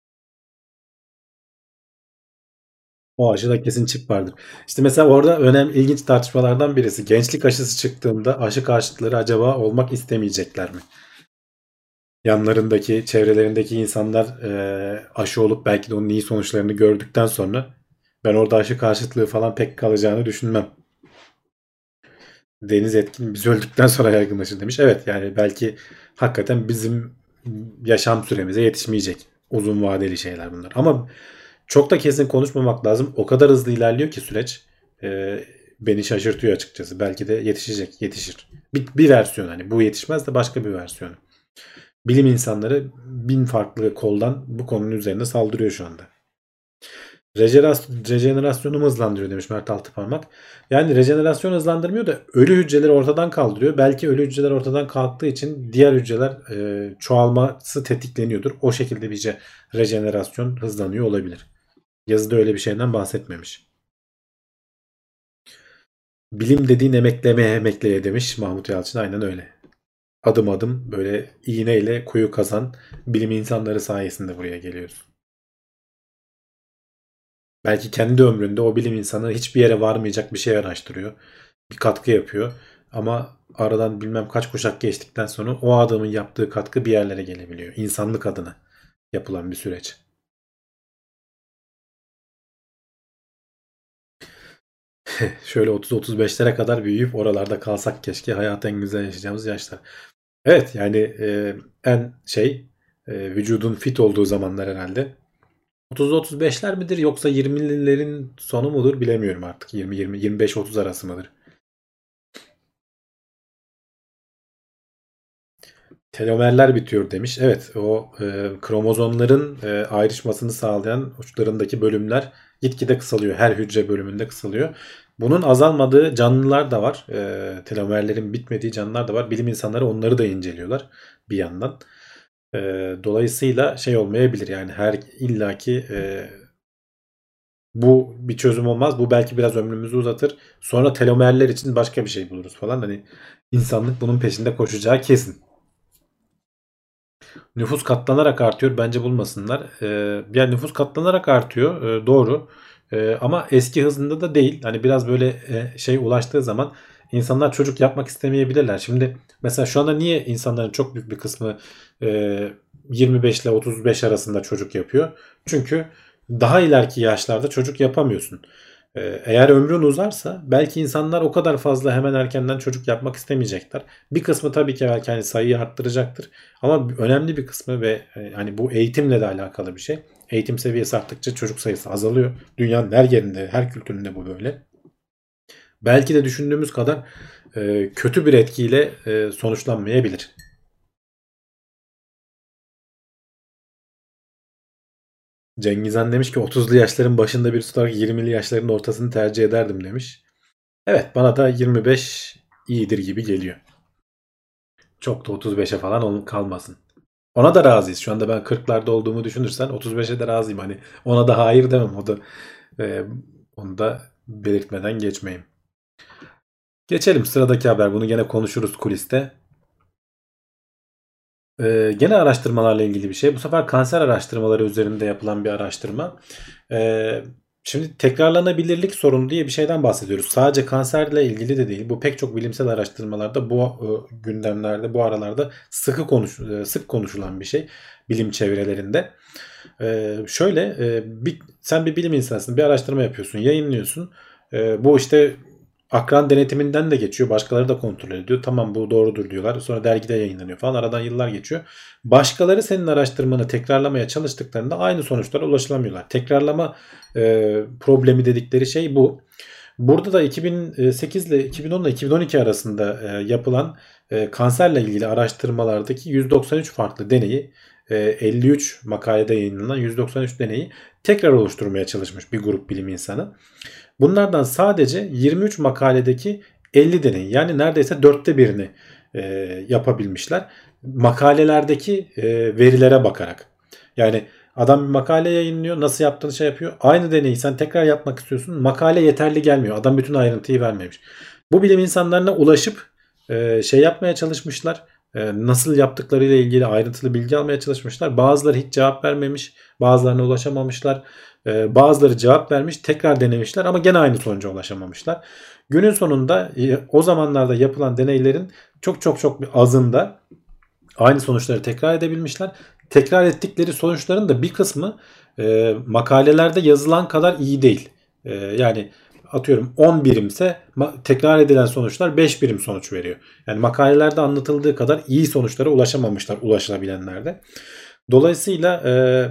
S2: O aşıda kesin çip vardır. İşte mesela orada ilginç tartışmalardan birisi. Gençlik aşısı çıktığında aşı karşıtları acaba olmak istemeyecekler mi? Yanlarındaki, çevrelerindeki insanlar aşı olup belki de onun iyi sonuçlarını gördükten sonra ben orada aşı karşıtlığı falan pek kalacağını düşünmem. Deniz Etkin biz öldükten sonra yaygınlaşır demiş. Evet, yani belki hakikaten bizim yaşam süremize yetişmeyecek uzun vadeli şeyler bunlar. Ama çok da kesin konuşmamak lazım. O kadar hızlı ilerliyor ki süreç. Beni şaşırtıyor açıkçası. Belki de yetişecek, yetişir. Bir versiyon, hani bu yetişmez de başka bir versiyonu. Bilim insanları bin farklı koldan bu konunun üzerine saldırıyor şu anda. Rejenerasyonu hızlandırıyor demiş Mert Altıparmak. Yani rejenerasyon hızlandırmıyor da ölü hücreleri ortadan kaldırıyor. Belki ölü hücreler ortadan kalktığı için diğer hücreler çoğalması tetikleniyordur. O şekilde bir rejenerasyon hızlanıyor olabilir. Yazıda öyle bir şeyden bahsetmemiş. Bilim dediğin emeklemeye emekleye demiş Mahmut Yalçın. Aynen öyle. Adım adım böyle iğneyle kuyu kazan bilim insanları sayesinde buraya geliyoruz. Belki kendi ömründe o bilim insanı hiçbir yere varmayacak bir şey araştırıyor. Bir katkı yapıyor. Ama aradan bilmem kaç kuşak geçtikten sonra o adamın yaptığı katkı bir yerlere gelebiliyor. İnsanlık adına yapılan bir süreç. Şöyle 30-35'lere kadar büyüyüp oralarda kalsak keşke, hayat en güzel yaşayacağımız yaşlar. Evet yani en vücudun fit olduğu zamanlar herhalde. 30-35'ler midir yoksa 20'lilerin sonu mudur bilemiyorum artık. 20-25-30 arası mıdır? Telomerler bitiyor demiş. Evet, o kromozomların ayrışmasını sağlayan uçlarındaki bölümler gitgide kısalıyor. Her hücre bölümünde kısalıyor. Bunun azalmadığı canlılar da var. Telomerlerin bitmediği canlılar da var. Bilim insanları onları da inceliyorlar bir yandan. Dolayısıyla olmayabilir yani, her illaki bu bir çözüm olmaz. Bu belki biraz ömrümüzü uzatır. Sonra telomerler için başka bir şey buluruz falan. Hani insanlık bunun peşinde koşacağı kesin. Nüfus katlanarak artıyor. Bence bulmasınlar. Yani nüfus katlanarak artıyor. Doğru. Ama eski hızında da değil. Hani biraz böyle ulaştığı zaman insanlar çocuk yapmak istemeyebilirler. Şimdi mesela şu anda niye insanların çok büyük bir kısmı 25 ile 35 arasında çocuk yapıyor? Çünkü daha ileriki yaşlarda çocuk yapamıyorsun. Eğer ömrün uzarsa belki insanlar o kadar fazla hemen erkenden çocuk yapmak istemeyecekler. Bir kısmı tabii ki belki hani sayıyı arttıracaktır. Ama önemli bir kısmı ve hani bu eğitimle de alakalı bir şey. Eğitim seviyesi arttıkça çocuk sayısı azalıyor. Dünyanın her yerinde, her kültüründe bu böyle. Belki de düşündüğümüz kadar kötü bir etkiyle sonuçlanmayabilir. Cengizhan demiş ki 30'lu yaşların başında bir tutarak 20'li yaşların ortasını tercih ederdim demiş. Evet, bana da 25 iyidir gibi geliyor. Çok da 35'e falan kalmasın. Ona da razıyız. Şu anda ben 40'larda olduğumu düşünürsen 35'e de razıyım. Hani ona da hayır demem. E, onu da belirtmeden geçmeyeyim. Geçelim sıradaki haber. Bunu gene konuşuruz kuliste. Gene araştırmalarla ilgili bir şey. Bu sefer kanser araştırmaları üzerinde yapılan bir araştırma. Şimdi tekrarlanabilirlik sorunu diye bir şeyden bahsediyoruz. Sadece kanserle ilgili de değil. Bu pek çok bilimsel araştırmalarda bu gündemlerde, bu aralarda sık konuşulan bir şey bilim çevrelerinde. Sen bir bilim insanısın, bir araştırma yapıyorsun, yayınlıyorsun. Bu işte akran denetiminden de geçiyor. Başkaları da kontrol ediyor. Tamam bu doğrudur diyorlar. Sonra dergide yayınlanıyor falan. Aradan yıllar geçiyor. Başkaları senin araştırmanı tekrarlamaya çalıştıklarında aynı sonuçlara ulaşılamıyorlar. Tekrarlama problemi dedikleri şey bu. Burada da 2008 ile 2010 ile 2012 arasında yapılan kanserle ilgili araştırmalardaki 193 farklı deneyi 53 makalede yayınlanan 193 deneyi tekrar oluşturmaya çalışmış bir grup bilim insanı. Bunlardan sadece 23 makaledeki 50 deney yani neredeyse dörtte birini yapabilmişler. Makalelerdeki verilere bakarak. Yani adam bir makale yayınlıyor. Nasıl yaptığını şey yapıyor. Aynı deneyi sen tekrar yapmak istiyorsun. Makale yeterli gelmiyor. Adam bütün ayrıntıyı vermemiş. Bu bilim insanlarına ulaşıp şey yapmaya çalışmışlar. Nasıl yaptıklarıyla ilgili ayrıntılı bilgi almaya çalışmışlar. Bazıları hiç cevap vermemiş. Bazılarına ulaşamamışlar. Bazıları cevap vermiş. Tekrar denemişler ama gene aynı sonuca ulaşamamışlar. Günün sonunda o zamanlarda yapılan deneylerin çok azında aynı sonuçları tekrar edebilmişler. Tekrar ettikleri sonuçların da bir kısmı makalelerde yazılan kadar iyi değil. Yani atıyorum 10 birimse tekrar edilen sonuçlar 5 birim sonuç veriyor. Yani makalelerde anlatıldığı kadar iyi sonuçlara ulaşamamışlar ulaşılabilenlerde. Dolayısıyla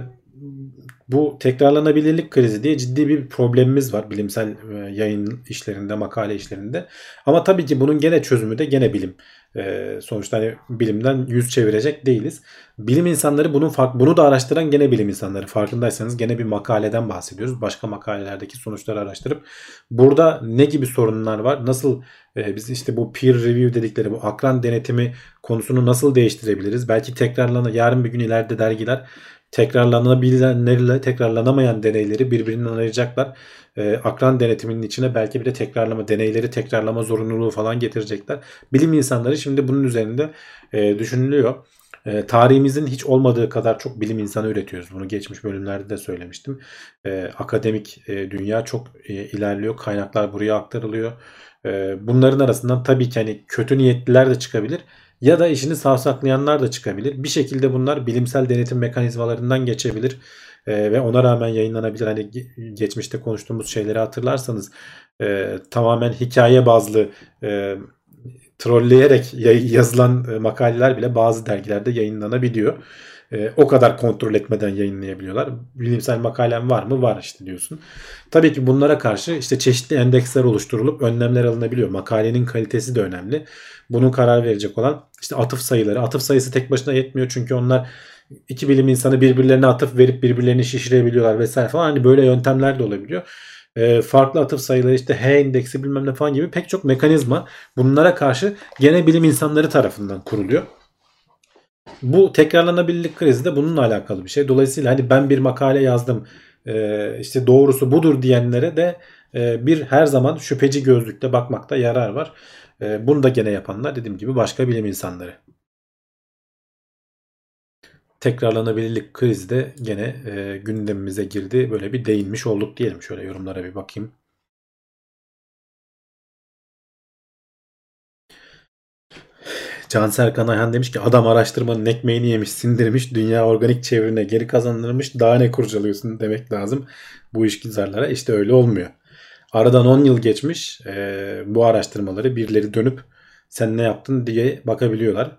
S2: bu tekrarlanabilirlik krizi diye ciddi bir problemimiz var bilimsel yayın işlerinde, makale işlerinde. Ama tabii ki bunun gene çözümü de gene bilim. Sonuçta hani bilimden yüz çevirecek değiliz. Bilim insanları bunu da araştıran gene bilim insanları. Farkındaysanız gene bir makaleden bahsediyoruz. Başka makalelerdeki sonuçları araştırıp burada ne gibi sorunlar var? Nasıl biz işte bu peer review dedikleri bu akran denetimi konusunu nasıl değiştirebiliriz? Belki yarın bir gün ileride dergiler tekrarlanabilenlerle tekrarlanamayan deneyleri birbirinden ayıracaklar. Akran denetiminin içine belki bir de deneyleri tekrarlama zorunluluğu falan getirecekler. Bilim insanları şimdi bunun üzerinde düşünülüyor. Tarihimizin hiç olmadığı kadar çok bilim insanı üretiyoruz. Bunu geçmiş bölümlerde de söylemiştim. Akademik dünya çok ilerliyor. Kaynaklar buraya aktarılıyor. Bunların arasından tabii ki hani kötü niyetliler de çıkabilir. Ya da işini savsaklayanlar da çıkabilir. Bir şekilde bunlar bilimsel denetim mekanizmalarından geçebilir. Ve ona rağmen yayınlanabilir. Hani geçmişte konuştuğumuz şeyleri hatırlarsanız tamamen hikaye bazlı trolleyerek yazılan makaleler bile bazı dergilerde yayınlanabiliyor. O kadar kontrol etmeden yayınlayabiliyorlar. Bilimsel makalem var mı? Var işte diyorsun. Tabii ki bunlara karşı işte çeşitli endeksler oluşturulup önlemler alınabiliyor. Makalenin kalitesi de önemli. Bunun karar verecek olan işte atıf sayıları. Atıf sayısı tek başına yetmiyor çünkü onlar iki bilim insanı birbirlerine atıf verip birbirlerini şişirebiliyorlar vesaire falan. Hani böyle yöntemler de olabiliyor. Farklı atıf sayıları işte H indeksi bilmem ne falan gibi pek çok mekanizma bunlara karşı gene bilim insanları tarafından kuruluyor. Bu tekrarlanabilirlik krizi de bununla alakalı bir şey. Dolayısıyla hani ben bir makale yazdım işte doğrusu budur diyenlere de bir her zaman şüpheci gözlükle bakmakta yarar var. Bunu da gene yapanlar dediğim gibi başka bilim insanları. Tekrarlanabilirlik krizi de gene gündemimize girdi. Böyle bir değinmiş olduk diyelim. Şöyle yorumlara bir bakayım. Can Serkan Ayhan demiş ki adam araştırmanın ekmeğini yemiş, sindirmiş, dünya organik çevrine geri kazandırmış. Daha ne kurcalıyorsun demek lazım bu işgüzarlara. İşte öyle olmuyor. Aradan 10 yıl geçmiş. Bu araştırmaları birileri dönüp sen ne yaptın diye bakabiliyorlar.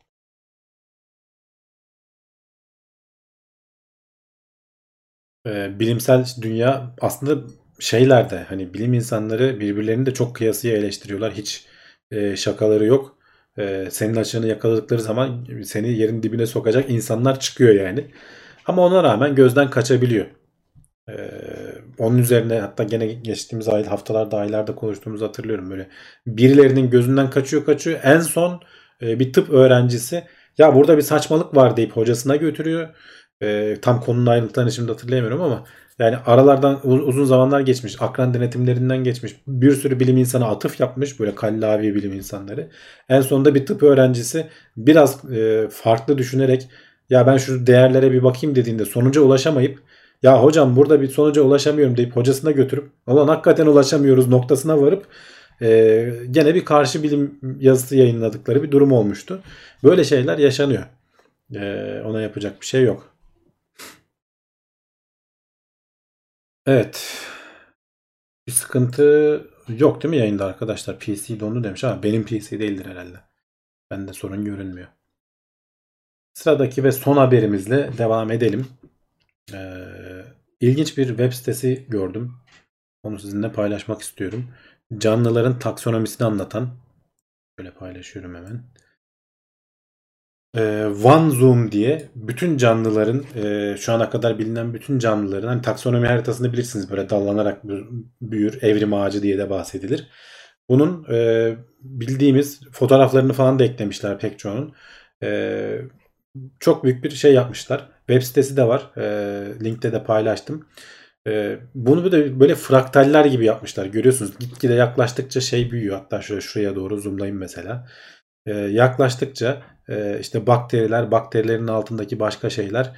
S2: Bilimsel dünya aslında şeylerde hani bilim insanları birbirlerini de çok kıyasıya eleştiriyorlar. Hiç şakaları yok. Senin açığını yakaladıkları zaman seni yerin dibine sokacak insanlar çıkıyor yani. Ama ona rağmen gözden kaçabiliyor. Onun üzerine hatta gene geçtiğimiz haftalarda aylarda konuştuğumuzu hatırlıyorum. Böyle birilerinin gözünden kaçıyor. En son bir tıp öğrencisi ya burada bir saçmalık var deyip hocasına götürüyor. Tam konunun ayrıntılarını şimdi hatırlayamıyorum ama yani aralardan uzun zamanlar geçmiş. Akran denetimlerinden geçmiş. Bir sürü bilim insanı atıf yapmış. Böyle kallavi bilim insanları. En sonunda bir tıp öğrencisi biraz farklı düşünerek ya ben şu değerlere bir bakayım dediğinde sonuca ulaşamayıp ya hocam burada bir sonuca ulaşamıyorum deyip hocasına götürüp ulan hakikaten ulaşamıyoruz noktasına varıp gene bir karşı bilim yazısı yayınladıkları bir durum olmuştu. Böyle şeyler yaşanıyor. Ona yapacak bir şey yok. Evet. Bir sıkıntı yok değil mi yayında arkadaşlar? PC dondu demiş ama benim PC değildir herhalde. Bende sorun görünmüyor. Sıradaki ve son haberimizle devam edelim. İlginç bir web sitesi gördüm. Onu sizinle paylaşmak istiyorum. Canlıların taksonomisini anlatan. Böyle paylaşıyorum hemen. OneZoom diye bütün canlıların şu ana kadar bilinen bütün canlıların hani taksonomi haritasını bilirsiniz böyle dallanarak büyür evrim ağacı diye de bahsedilir. Bunun bildiğimiz fotoğraflarını falan da eklemişler pek çoğunun. Çok büyük bir şey yapmışlar. Web sitesi de var. Linkte de paylaştım. Bunu da böyle fraktaller gibi yapmışlar. Görüyorsunuz gitgide yaklaştıkça şey büyüyor. Hatta şuraya doğru zoomlayayım mesela. Yaklaştıkça işte bakterilerin altındaki başka şeyler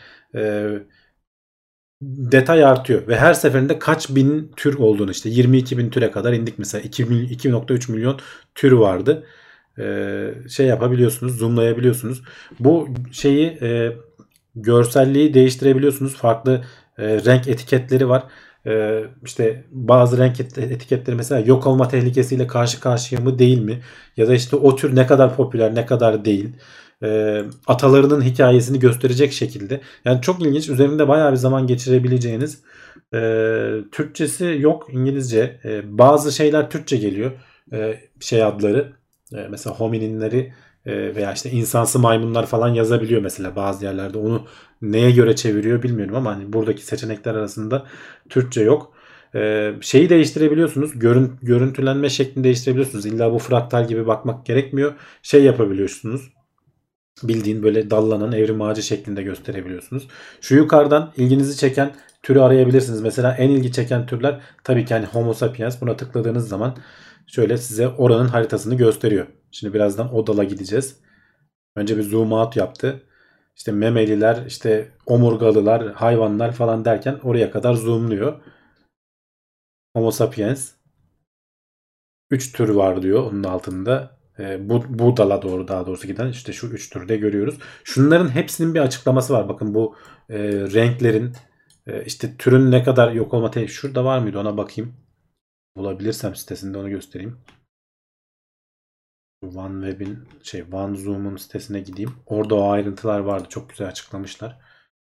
S2: detay artıyor ve her seferinde kaç bin tür olduğunu işte 22 bin türe kadar indik mesela 2,3 milyon tür vardı. Şey yapabiliyorsunuz, zoomlayabiliyorsunuz. Bu şeyi görselliği değiştirebiliyorsunuz. Farklı renk etiketleri var. İşte bazı renk etiketleri mesela yok olma tehlikesiyle karşı karşıya mı değil mi? Ya da işte o tür ne kadar popüler ne kadar değil. Atalarının hikayesini gösterecek şekilde. Yani çok ilginç. Üzerinde bayağı bir zaman geçirebileceğiniz. Türkçesi yok. İngilizce. Bazı şeyler Türkçe geliyor. Şey adları. Mesela homininleri veya işte insansı maymunlar falan yazabiliyor mesela bazı yerlerde. Onu neye göre çeviriyor bilmiyorum ama hani buradaki seçenekler arasında Türkçe yok. Şeyi değiştirebiliyorsunuz. Görüntülenme şeklini değiştirebiliyorsunuz. İlla bu fraktal gibi bakmak gerekmiyor. Şey yapabiliyorsunuz. Bildiğin böyle dallanan evrim ağacı şeklinde gösterebiliyorsunuz. Şu yukarıdan ilginizi çeken türü arayabilirsiniz. Mesela en ilgi çeken türler tabii ki hani Homo sapiens. Buna tıkladığınız zaman şöyle size oranın haritasını gösteriyor. Şimdi birazdan o dala gideceğiz. Önce bir zoom out yaptı. İşte memeliler, işte omurgalılar, hayvanlar falan derken oraya kadar zoomluyor. Homo sapiens. 3 tür var diyor onun altında. Bu dala doğru daha doğrusu giden işte şu 3 türde görüyoruz. Şunların hepsinin bir açıklaması var. Bakın bu renklerin işte türün ne kadar yok olma tehlikesi. Şurada var mıydı ona bakayım. Bulabilirsem sitesinde onu göstereyim. OneWeb'in OneZoom'un sitesine gideyim. Orada o ayrıntılar vardı. Çok güzel açıklamışlar.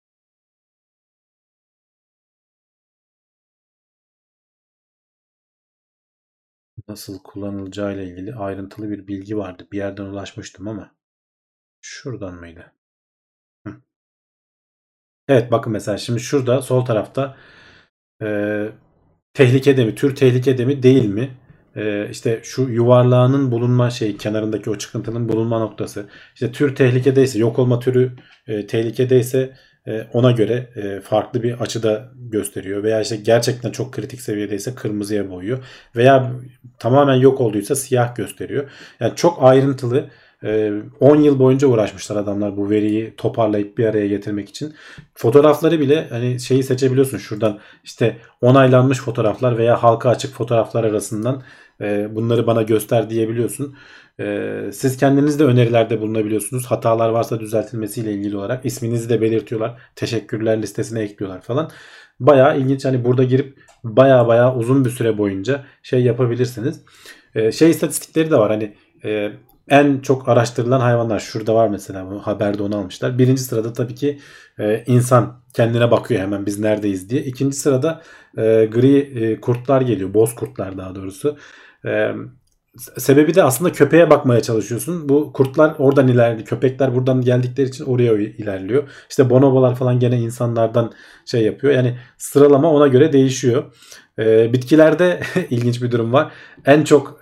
S2: Nasıl kullanılacağı ile ilgili ayrıntılı bir bilgi vardı. Bir yerden ulaşmıştım ama şuradan mıydı? Hı. Evet bakın mesela şimdi şurada sol tarafta e, tehlikede mi? Tür tehlikede mi? Değil mi? İşte şu yuvarlağının bulunma kenarındaki o çıkıntının bulunma noktası. İşte tür tehlikedeyse yok olma türü tehlikedeyse ona göre farklı bir açıda gösteriyor. Veya işte gerçekten çok kritik seviyedeyse kırmızıya boyuyor. Veya tamamen yok olduysa siyah gösteriyor. Yani çok ayrıntılı 10 yıl boyunca uğraşmışlar adamlar bu veriyi toparlayıp bir araya getirmek için. Fotoğrafları bile hani şeyi seçebiliyorsun şuradan, işte onaylanmış fotoğraflar veya halka açık fotoğraflar arasından bunları bana göster diyebiliyorsun. Siz kendiniz de önerilerde bulunabiliyorsunuz. Hatalar varsa düzeltilmesiyle ilgili olarak isminizi de belirtiyorlar. Teşekkürler listesine ekliyorlar falan. Bayağı ilginç, hani burada girip bayağı uzun bir süre boyunca şey yapabilirsiniz. Şey istatistikleri de var, hani en çok araştırılan hayvanlar şurada var mesela, bu haberde onu almışlar. Birinci sırada tabii ki insan kendine bakıyor hemen biz neredeyiz diye. İkinci sırada gri kurtlar geliyor, boz kurtlar daha doğrusu. E, Sebebi de aslında köpeğe bakmaya çalışıyorsun. Bu kurtlar oradan ilerliyor. Köpekler buradan geldikleri için oraya ilerliyor. İşte bonobolar falan gene insanlardan şey yapıyor. Yani sıralama ona göre değişiyor. Bitkilerde ilginç bir durum var. En çok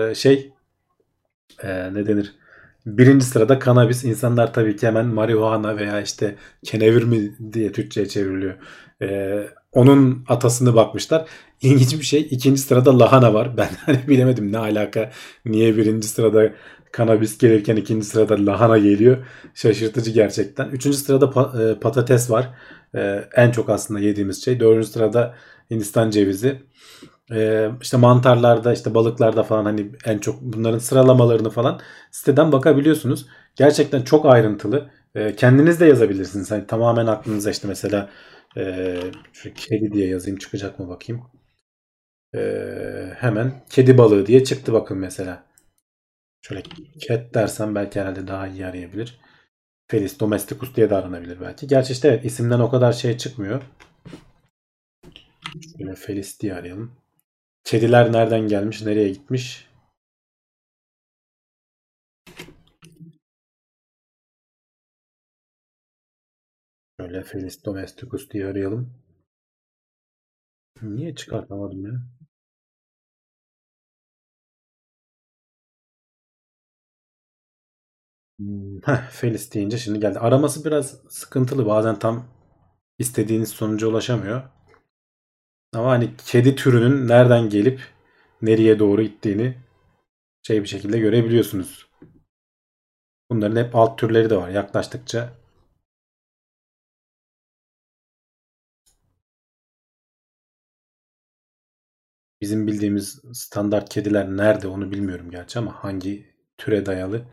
S2: ne denir? Birinci sırada kanabis. İnsanlar tabii ki hemen marihuana veya işte kenevir mi diye Türkçe'ye çevriliyor. Onun atasını bakmışlar. İlginç bir şey. İkinci sırada lahana var. Ben hani bilemedim ne alaka. Niye birinci sırada kanabis gelirken ikinci sırada lahana geliyor. Şaşırtıcı gerçekten. Üçüncü sırada patates var. En çok aslında yediğimiz şey. Dördüncü sırada Hindistan cevizi. İşte mantarlarda, işte balıklarda falan, hani en çok bunların sıralamalarını falan siteden bakabiliyorsunuz. Gerçekten çok ayrıntılı. Kendiniz de yazabilirsiniz. Hani tamamen aklınıza, işte mesela şu kedi diye yazayım, çıkacak mı bakayım. Hemen kedi balığı diye çıktı bakın mesela. Şöyle cat dersem belki herhalde daha iyi arayabilir. Felis domesticus diye de aranabilir belki. Gerçi işte evet, isimden o kadar şey çıkmıyor. Şöyle Felis diye arayalım. Kediler nereden gelmiş, nereye gitmiş? Şöyle Felis domesticus diye arayalım. Niye çıkartamadım ya? Felis deyince şimdi geldi. Araması biraz sıkıntılı. Bazen tam istediğiniz sonuca ulaşamıyor. Ama hani kedi türünün nereden gelip nereye doğru gittiğini şey bir şekilde görebiliyorsunuz. Bunların hep alt türleri de var. Yaklaştıkça bizim bildiğimiz standart kediler nerede onu bilmiyorum gerçi, ama hangi türe dayalı.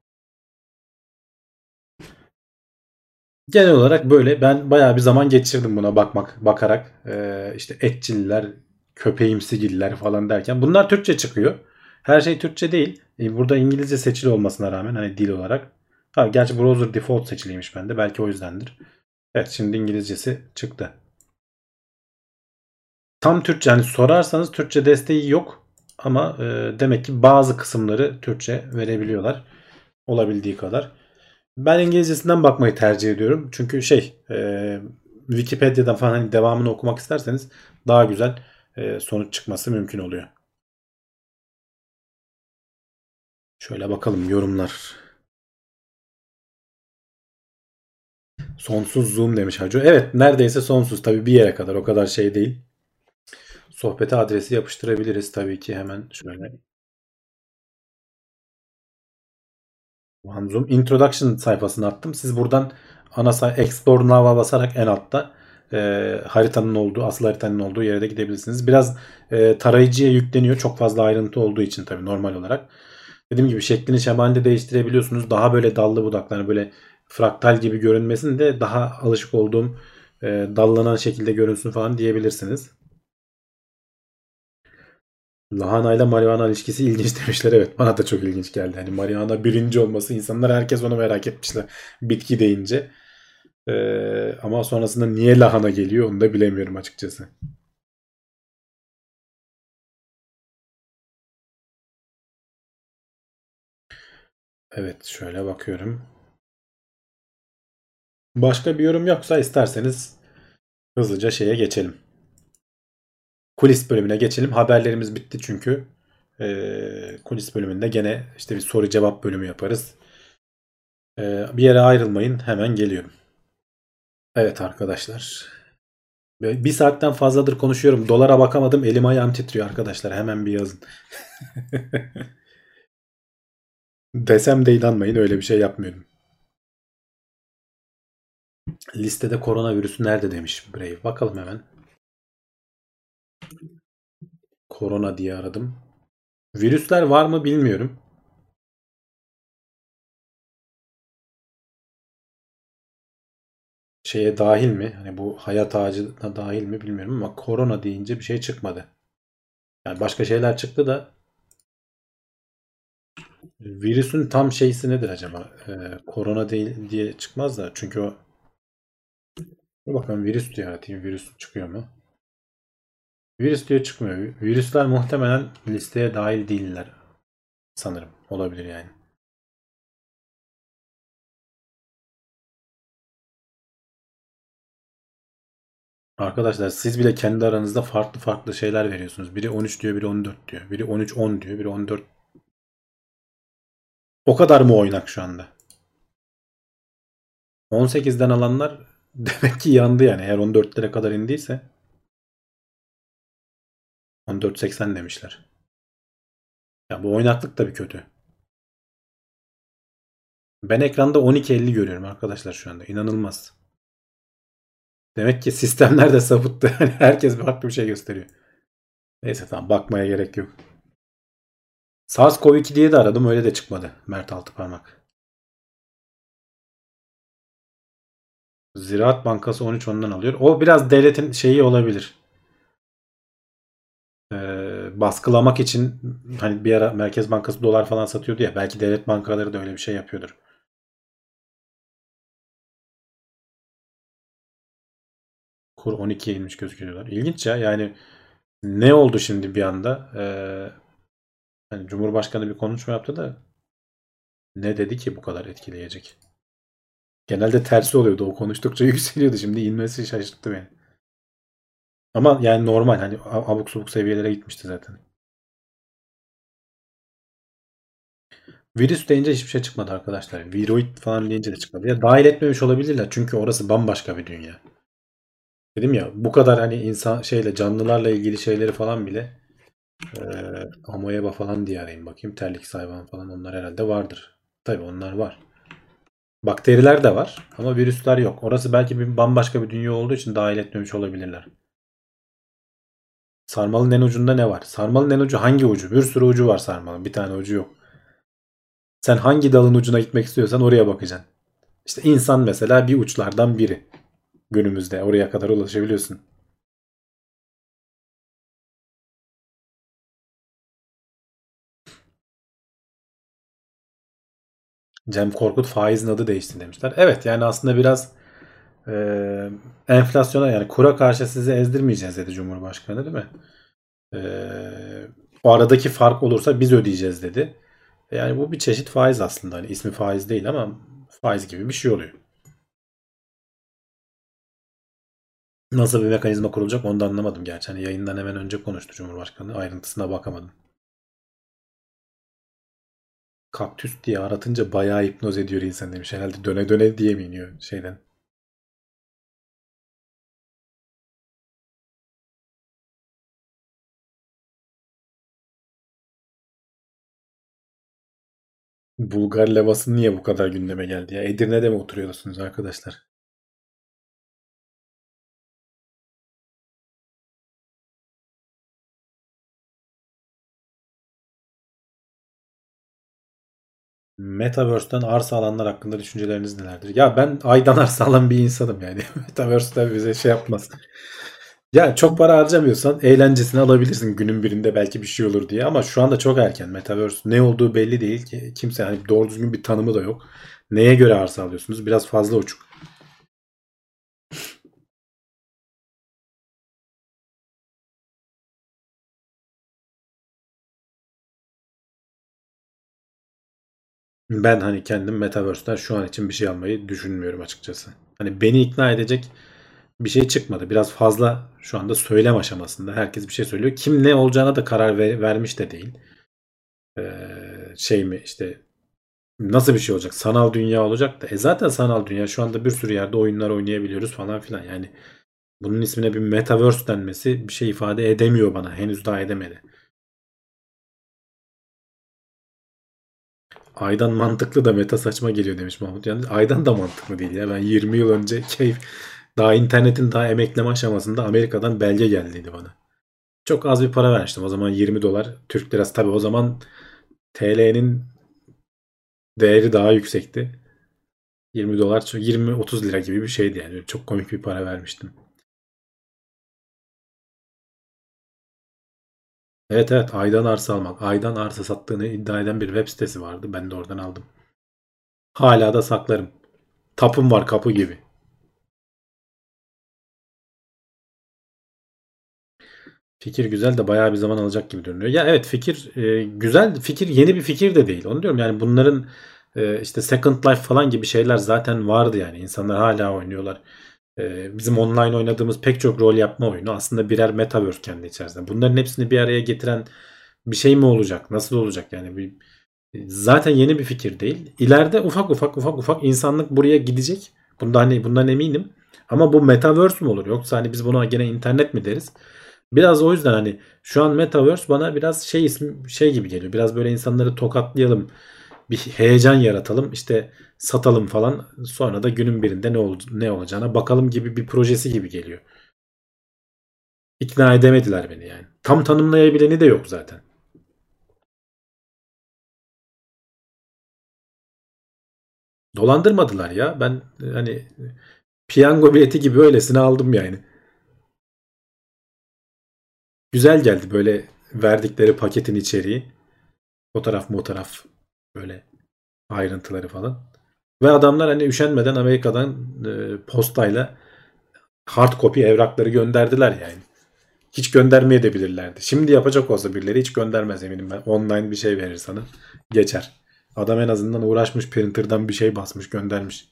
S2: Genel olarak böyle. Ben bayağı bir zaman geçirdim buna bakarak. İşte etçiller, köpeğimsigiller falan derken. Bunlar Türkçe çıkıyor. Her şey Türkçe değil. Burada İngilizce seçili olmasına rağmen hani dil olarak. Ha, gerçi browser default seçiliymiş bende. Belki o yüzdendir. Evet, şimdi İngilizcesi çıktı. Tam Türkçe, hani sorarsanız Türkçe desteği yok. Ama demek ki bazı kısımları Türkçe verebiliyorlar. Olabildiği kadar. Ben İngilizcesinden bakmayı tercih ediyorum. Çünkü Wikipedia'dan falan hani devamını okumak isterseniz daha güzel sonuç çıkması mümkün oluyor. Şöyle bakalım yorumlar. Sonsuz zoom demiş Hacı. Evet, neredeyse sonsuz. Tabii bir yere kadar, o kadar şey değil. Sohbete adresi yapıştırabiliriz tabii ki, hemen şöyle. OneZoom Introduction sayfasını attım. Siz buradan Explore Now'a basarak en altta haritanın olduğu, asıl haritanın olduğu yere de gidebilirsiniz. Biraz tarayıcıya yükleniyor. Çok fazla ayrıntı olduğu için tabii, normal olarak. Dediğim gibi şeklini şemalini de değiştirebiliyorsunuz. Daha böyle dallı budaklar, böyle fraktal gibi görünmesin de daha alışık olduğum dallanan şekilde görünsün falan diyebilirsiniz. Lahana ile marihuana ilişkisi ilginç demişler. Evet, bana da çok ilginç geldi. Hani marihuana birinci olması, insanlar herkes onu merak etmişler bitki deyince. Ama sonrasında niye lahana geliyor onu da bilemiyorum açıkçası. Evet, şöyle bakıyorum. Başka bir yorum yoksa isterseniz hızlıca şeye geçelim. Kulis bölümüne geçelim. Haberlerimiz bitti çünkü. Kulis bölümünde gene işte bir soru cevap bölümü yaparız. Bir yere ayrılmayın. Hemen geliyorum. Evet arkadaşlar. Bir saatten fazladır konuşuyorum. Dolara bakamadım. Elim ayağım titriyor arkadaşlar. Hemen bir yazın. Desem de inanmayın, öyle bir şey yapmıyorum. Listede koronavirüsü nerede demiş Brave. Bakalım hemen. Korona diye aradım. Virüsler var mı bilmiyorum. Şeye dahil mi? Hani bu hayat ağacına dahil mi bilmiyorum ama korona deyince bir şey çıkmadı. Yani başka şeyler çıktı da virüsün tam şeysi nedir acaba? Korona değil diye çıkmaz da çünkü o. Dur bakalım, virüs diye aratayım. Virüs çıkıyor mu? Virüs diye çıkmıyor. Virüsler muhtemelen listeye dahil değiller sanırım. Olabilir yani. Arkadaşlar siz bile kendi aranızda farklı farklı şeyler veriyorsunuz. Biri 13 diyor, biri 14 diyor. Biri 13-10 diyor, biri 14. O kadar mı oynak şu anda? 18'den alanlar demek ki yandı yani. Eğer 14'lere kadar indiyse 14.80 demişler. Ya bu oynaklık da bir kötü. Ben ekranda 12.50 görüyorum arkadaşlar şu anda. İnanılmaz. Demek ki sistemler de sapıttı. Herkes farklı bir şey gösteriyor. Neyse, tamam, bakmaya gerek yok. SARS-CoV-2 diye de aradım, öyle de çıkmadı. Mert Altıparmak. Ziraat Bankası 13 ondan alıyor. O biraz devletin şeyi olabilir. Baskılamak için hani bir ara Merkez Bankası dolar falan satıyordu ya. Belki devlet bankaları da öyle bir şey yapıyordur. Kur 12'ye inmiş gözüküyorlar. İlginç ya, yani ne oldu şimdi bir anda? Hani Cumhurbaşkanı bir konuşma yaptı da ne dedi ki bu kadar etkileyecek? Genelde tersi oluyordu. O konuştukça yükseliyordu. Şimdi inmesi şaşırttı beni. Ama yani normal, hani abuk subuk seviyelere gitmişti zaten. Virüs deyince hiçbir şey çıkmadı arkadaşlar. Viroid falan deyince de çıkmadı. Ya dahil etmemiş olabilirler çünkü orası bambaşka bir dünya. Dedim ya, bu kadar hani insan şeyle, canlılarla ilgili şeyleri falan bile amoeba falan diye arayayım bakayım. Terlik hayvan falan, onlar herhalde vardır. Tabii onlar var. Bakteriler de var ama virüsler yok. Orası belki bir bambaşka bir dünya olduğu için dahil etmemiş olabilirler. Sarmalın en ucunda ne var? Sarmalın en ucu hangi ucu? Bir sürü ucu var sarmalın. Bir tane ucu yok. Sen hangi dalın ucuna gitmek istiyorsan oraya bakacaksın. İşte insan mesela bir uçlardan biri. Günümüzde oraya kadar ulaşabiliyorsun. Cem Korkut faizin adı değişti demişler. Evet, yani aslında biraz enflasyona, yani kura karşı sizi ezdirmeyeceğiz dedi Cumhurbaşkanı, değil mi? O aradaki fark olursa biz ödeyeceğiz dedi. Yani bu bir çeşit faiz aslında. Hani ismi faiz değil ama faiz gibi bir şey oluyor. Nasıl bir mekanizma kurulacak onu da anlamadım gerçi. Hani yayından hemen önce konuştu Cumhurbaşkanı. Ayrıntısına bakamadım. Kaktüs diye aratınca bayağı hipnoz ediyor insan demiş. Herhalde döne döne diye mi iniyor şeyden? Bulgar levası niye bu kadar gündeme geldi ya? Edirne'de mi oturuyorsunuz arkadaşlar? Metaverse'ten arsa alanlar hakkında düşünceleriniz nelerdir? Ya ben aydan arsa alan bir insanım yani. Metaverse'den bize şey yapmaz. Ya çok para harcamıyorsan eğlencesini alabilirsin günün birinde, belki bir şey olur diye, ama şu anda çok erken. Metaverse ne olduğu belli değil ki. Kimse hani doğru düzgün bir tanımı da yok. Neye göre arsa alıyorsunuz? Biraz fazla uçuk. Ben hani kendim Metaverse'den şu an için bir şey almayı düşünmüyorum açıkçası. Hani beni ikna edecek bir şey çıkmadı. Biraz fazla şu anda söylem aşamasında. Herkes bir şey söylüyor. Kim ne olacağına da karar vermiş de değil. Şey mi işte, nasıl bir şey olacak? Sanal dünya olacak da. Zaten sanal dünya şu anda bir sürü yerde oyunlar oynayabiliyoruz falan filan. Yani bunun ismine bir metaverse denmesi bir şey ifade edemiyor bana. Henüz daha edemedi. Aydan mantıklı da meta saçma geliyor demiş Mahmut. Yani aydan da mantıklı değil ya. Ben 20 yıl önce daha internetin daha emekleme aşamasında Amerika'dan belge geldiydi bana. Çok az bir para vermiştim. O zaman 20 dolar Türk lirası. Tabii o zaman TL'nin değeri daha yüksekti. 20 dolar 20-30 lira gibi bir şeydi yani. Çok komik bir para vermiştim. Evet, evet, aydan arsa almak. Aydan arsa sattığını iddia eden bir web sitesi vardı. Ben de oradan aldım. Hala da saklarım. Tapum var kapı gibi. Fikir güzel de bayağı bir zaman alacak gibi görünüyor. Ya evet, fikir güzel. Fikir yeni bir fikir de değil. Onu diyorum yani bunların işte Second Life falan gibi şeyler zaten vardı yani. İnsanlar hala oynuyorlar. Bizim online oynadığımız pek çok rol yapma oyunu aslında birer metaverse kendi içerisinde. Bunların hepsini bir araya getiren bir şey mi olacak? Nasıl olacak? Yani zaten yeni bir fikir değil. İleride ufak ufak insanlık buraya gidecek. Bundan eminim. Ama bu metaverse mi olur? Yoksa hani biz buna gene internet mi deriz? Biraz o yüzden hani şu an metaverse bana biraz şey gibi geliyor. Biraz böyle insanları tokatlayalım, bir heyecan yaratalım, işte satalım falan. Sonra da günün birinde ne olacağına bakalım gibi bir projesi gibi geliyor. İkna edemediler beni yani. Tam tanımlayabileni de yok zaten. Dolandırmadılar ya. Ben hani piyango bileti gibi öylesine aldım yani. Güzel geldi böyle verdikleri paketin içeriği. Fotoğraf böyle ayrıntıları falan. Ve adamlar hani üşenmeden Amerika'dan postayla hard copy evrakları gönderdiler yani. Hiç göndermeye de bilirlerdi. Şimdi yapacak olsa birileri hiç göndermez eminim ben. Online bir şey verir sana. Geçer. Adam en azından uğraşmış, printer'dan bir şey basmış göndermiş.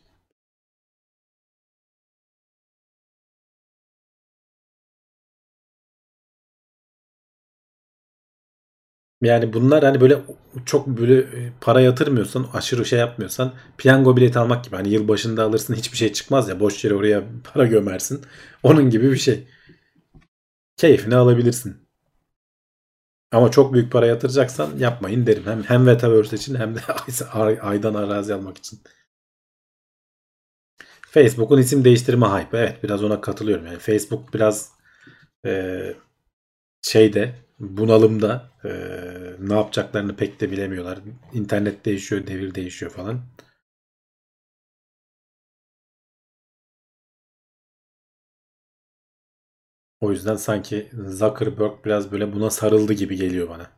S2: Yani bunlar hani böyle çok böyle para yatırmıyorsan, aşırı şey yapmıyorsan piyango bileti almak gibi. Hani yıl başında alırsın, hiçbir şey çıkmaz ya, boş yere oraya para gömersin. Onun gibi bir şey. Keyfini alabilirsin. Ama çok büyük para yatıracaksan yapmayın derim. Hem Metaverse için hem de aydan arazi almak için. Facebook'un isim değiştirme hype. Evet, biraz ona katılıyorum. Yani Facebook biraz e, şeyde, bunalımda, ne yapacaklarını pek de bilemiyorlar. İnternet değişiyor, devir değişiyor falan. O yüzden sanki Zuckerberg biraz böyle buna sarıldı gibi geliyor bana.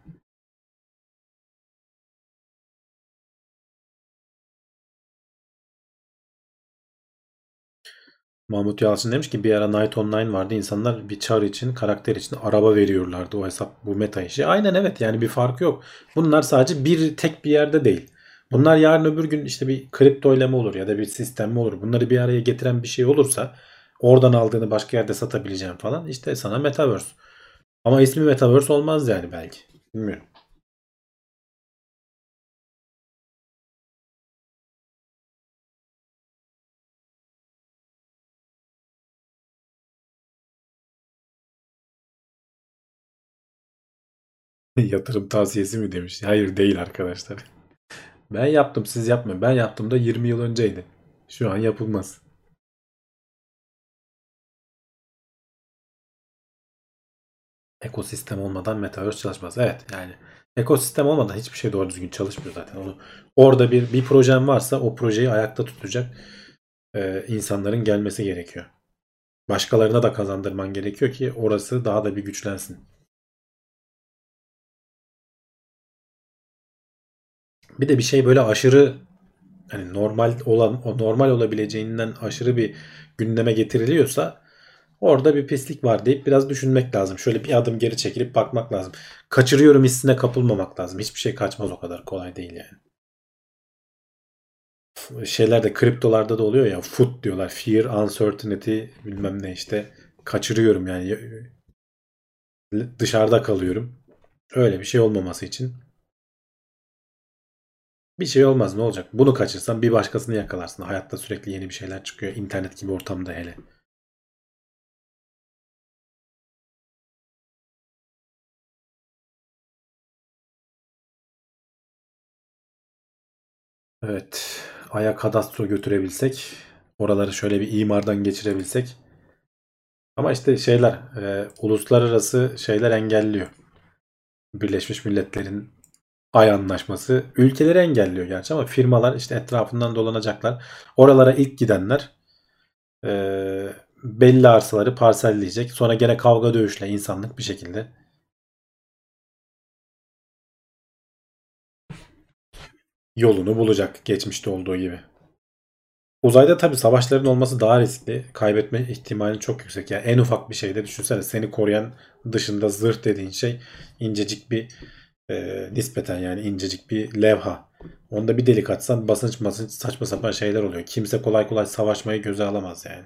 S2: Mahmut Yalçın demiş ki bir ara Night Online vardı. İnsanlar bir çar için, karakter için araba veriyorlardı. O hesap, bu meta işi. Aynen, evet, yani bir fark yok. Bunlar sadece tek bir yerde değil. Bunlar yarın öbür gün işte bir kripto ile mi olur ya da bir sistem mi olur? Bunları bir araya getiren bir şey olursa oradan aldığını başka yerde satabileceğim falan. İşte sana Metaverse. Ama ismi Metaverse olmaz yani belki. Bilmiyorum. Yatırım tavsiyesi mi demiş. Hayır, değil arkadaşlar. Ben yaptım, siz yapmayın. Ben yaptığımda 20 yıl önceydi. Şu an yapılmaz. Ekosistem olmadan Metaverse çalışmaz. Evet, yani ekosistem olmadan hiçbir şey doğru düzgün çalışmıyor zaten. Orada bir projen varsa o projeyi ayakta tutacak insanların gelmesi gerekiyor. Başkalarına da kazandırman gerekiyor ki orası daha da bir güçlensin. Bir de bir şey böyle aşırı, hani normal olabileceğinden aşırı bir gündeme getiriliyorsa orada bir pislik var deyip biraz düşünmek lazım. Şöyle bir adım geri çekilip bakmak lazım. Kaçırıyorum hissine kapılmamak lazım. Hiçbir şey kaçmaz, o kadar kolay değil yani. Şeylerde, kriptolarda da oluyor ya, FUD diyorlar. Fear, uncertainty, bilmem ne işte. Kaçırıyorum yani, dışarıda kalıyorum. Öyle bir şey olmaması için bir şey olmaz, ne olacak? Bunu kaçırsan bir başkasını yakalarsın. Hayatta sürekli yeni bir şeyler çıkıyor. İnternet gibi ortamda hele. Evet. Ay'a kadastro götürebilsek. Oraları şöyle bir imardan geçirebilsek. Ama işte uluslararası şeyler engelliyor. Birleşmiş Milletler'in Ay Anlaşması ülkeleri engelliyor gerçi ama firmalar işte etrafından dolanacaklar. Oralara ilk gidenler belli arsaları parselleyecek. Sonra gene kavga dövüşle insanlık bir şekilde yolunu bulacak geçmişte olduğu gibi. Uzayda tabii savaşların olması daha riskli. Kaybetme ihtimali çok yüksek. Yani en ufak bir şeyde düşünsene seni koruyan dışında zırh dediğin şey incecik bir nispeten yani incecik bir levha. Onda bir delik atsan basınç basınç saçma sapan şeyler oluyor. Kimse kolay kolay savaşmayı göze alamaz yani.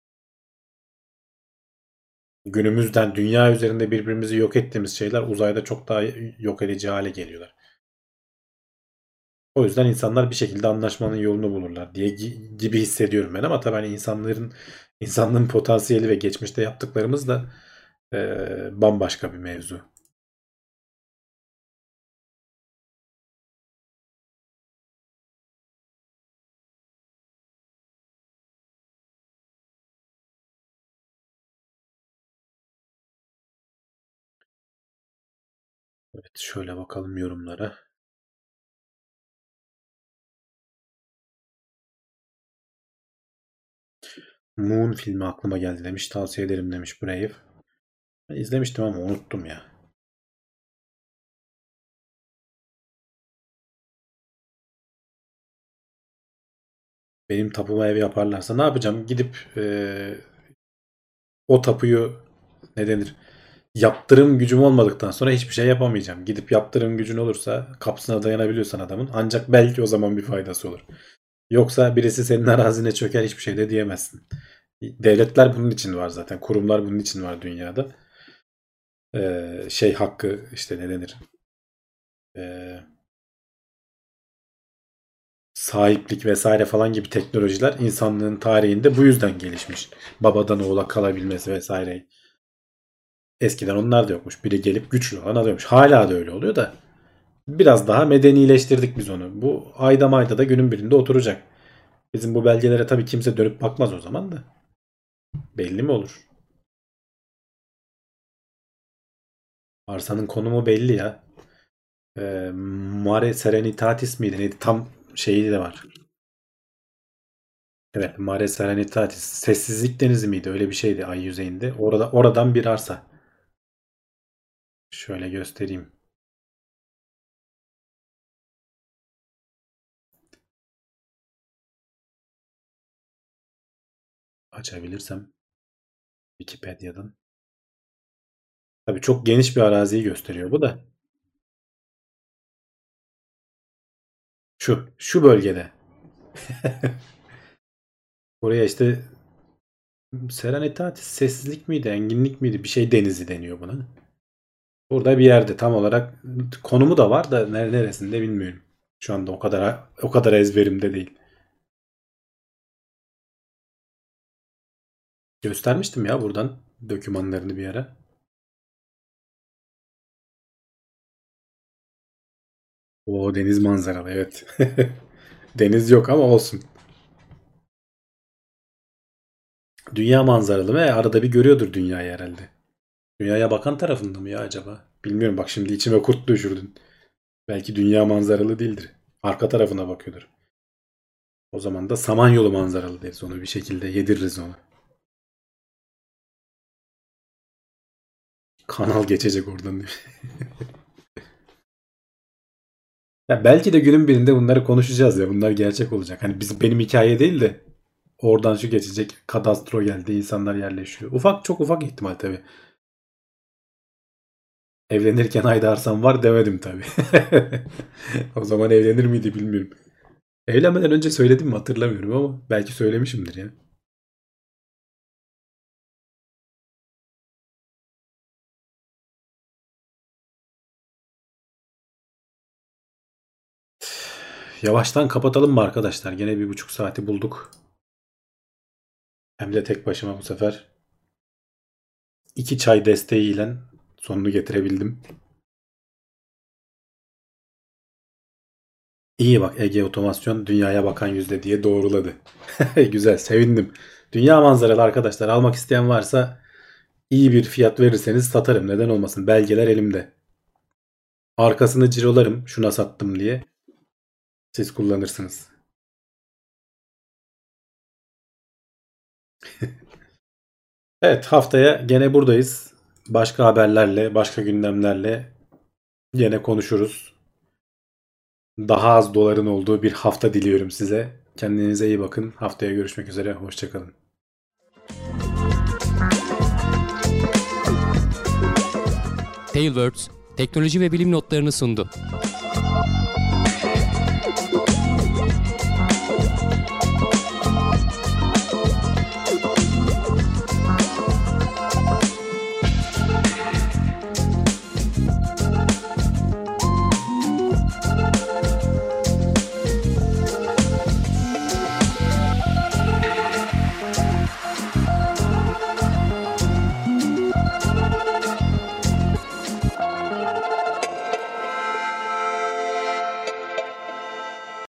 S2: Günümüzden dünya üzerinde birbirimizi yok ettiğimiz şeyler uzayda çok daha yok edici hale geliyorlar. O yüzden insanlar bir şekilde anlaşmanın yolunu bulurlar diye gibi hissediyorum ben ama tabii hani insanlığın potansiyeli ve geçmişte yaptıklarımız da bambaşka bir mevzu. Evet şöyle bakalım yorumlara. Moon filmi aklıma geldi demiş. Tavsiye ederim demiş Brave. Ben izlemiştim ama unuttum ya. Benim tapuma ev yaparlarsa ne yapacağım? Gidip o tapuyu ne denir? Yaptırım gücüm olmadıktan sonra hiçbir şey yapamayacağım. Gidip yaptırım gücün olursa kapısına dayanabiliyorsan adamın ancak belki o zaman bir faydası olur. Yoksa birisi senin arazine çöker hiçbir şey de diyemezsin. Devletler bunun için var zaten. Kurumlar bunun için var dünyada. Şey hakkı işte ne denir? Ee, Sahiplik vesaire falan gibi teknolojiler insanlığın tarihinde bu yüzden gelişmiş. Babadan oğula kalabilmesi vesaire. Eskiden onlar da yokmuş. Biri gelip güçlü olan alıyormuş. Hala da öyle oluyor da biraz daha medenileştirdik biz onu. Bu ayda mayda da günün birinde oturacak. Bizim bu belgelere tabii kimse dönüp bakmaz o zaman da. Belli mi olur? Arsanın konumu belli ya. Mare Serenitatis miydi? Neydi? Tam şeyi de var. Evet, Mare Serenitatis. Sessizlik denizi miydi? Öyle bir şeydi ay yüzeyinde. Oradan bir arsa. Şöyle göstereyim. Açabilirsem Wikipedia'dan. Tabii çok geniş bir araziyi gösteriyor bu da. Şu bölgede. Buraya işte Serenitatis sessizlik miydi, enginlik miydi? Bir şey denizi deniyor buna. Burada bir yerde tam olarak konumu da var da neresinde bilmiyorum. Şu anda o kadar ezberimde değil. Göstermiştim ya buradan dokümanlarını bir ara. O deniz manzaralı evet. Deniz yok ama olsun. Dünya manzaralı ve arada bir görüyordur dünyayı herhalde. Dünyaya bakan tarafında mı ya acaba? Bilmiyorum bak şimdi içime kurt düşürdün. Belki dünya manzaralı değildir. Arka tarafına bakıyordur. O zaman da Samanyolu manzaralı deriz onu bir şekilde yediririz onu. Kanal geçecek oradan diye. Ya belki de günün birinde bunları konuşacağız ya. Bunlar gerçek olacak. Hani benim hikaye değil de oradan şu geçecek. Kadastro geldi. İnsanlar yerleşiyor. Çok ufak ihtimal tabii. Evlenirken ayda arsam var demedim tabii. O zaman evlenir miydi bilmiyorum. Evlenmeden önce söyledim mi hatırlamıyorum ama belki söylemişimdir ya. Yavaştan kapatalım mı arkadaşlar? Gene 1,5 saati bulduk. Hem de tek başıma bu sefer 2 çay desteğiyle sonunu getirebildim. İyi bak, Ege Otomasyon dünyaya bakan yüzde diye doğruladı. Güzel, sevindim. Dünya manzaralı arkadaşlar, almak isteyen varsa iyi bir fiyat verirseniz satarım. Neden olmasın? Belgeler elimde. Arkasını cirolarım şuna sattım diye. Siz kullanırsınız. Evet, haftaya gene buradayız. Başka haberlerle, başka gündemlerle gene konuşuruz. Daha az doların olduğu bir hafta diliyorum size. Kendinize iyi bakın. Haftaya görüşmek üzere. Hoşçakalın.
S1: Tailwords, teknoloji ve bilim notlarını sundu.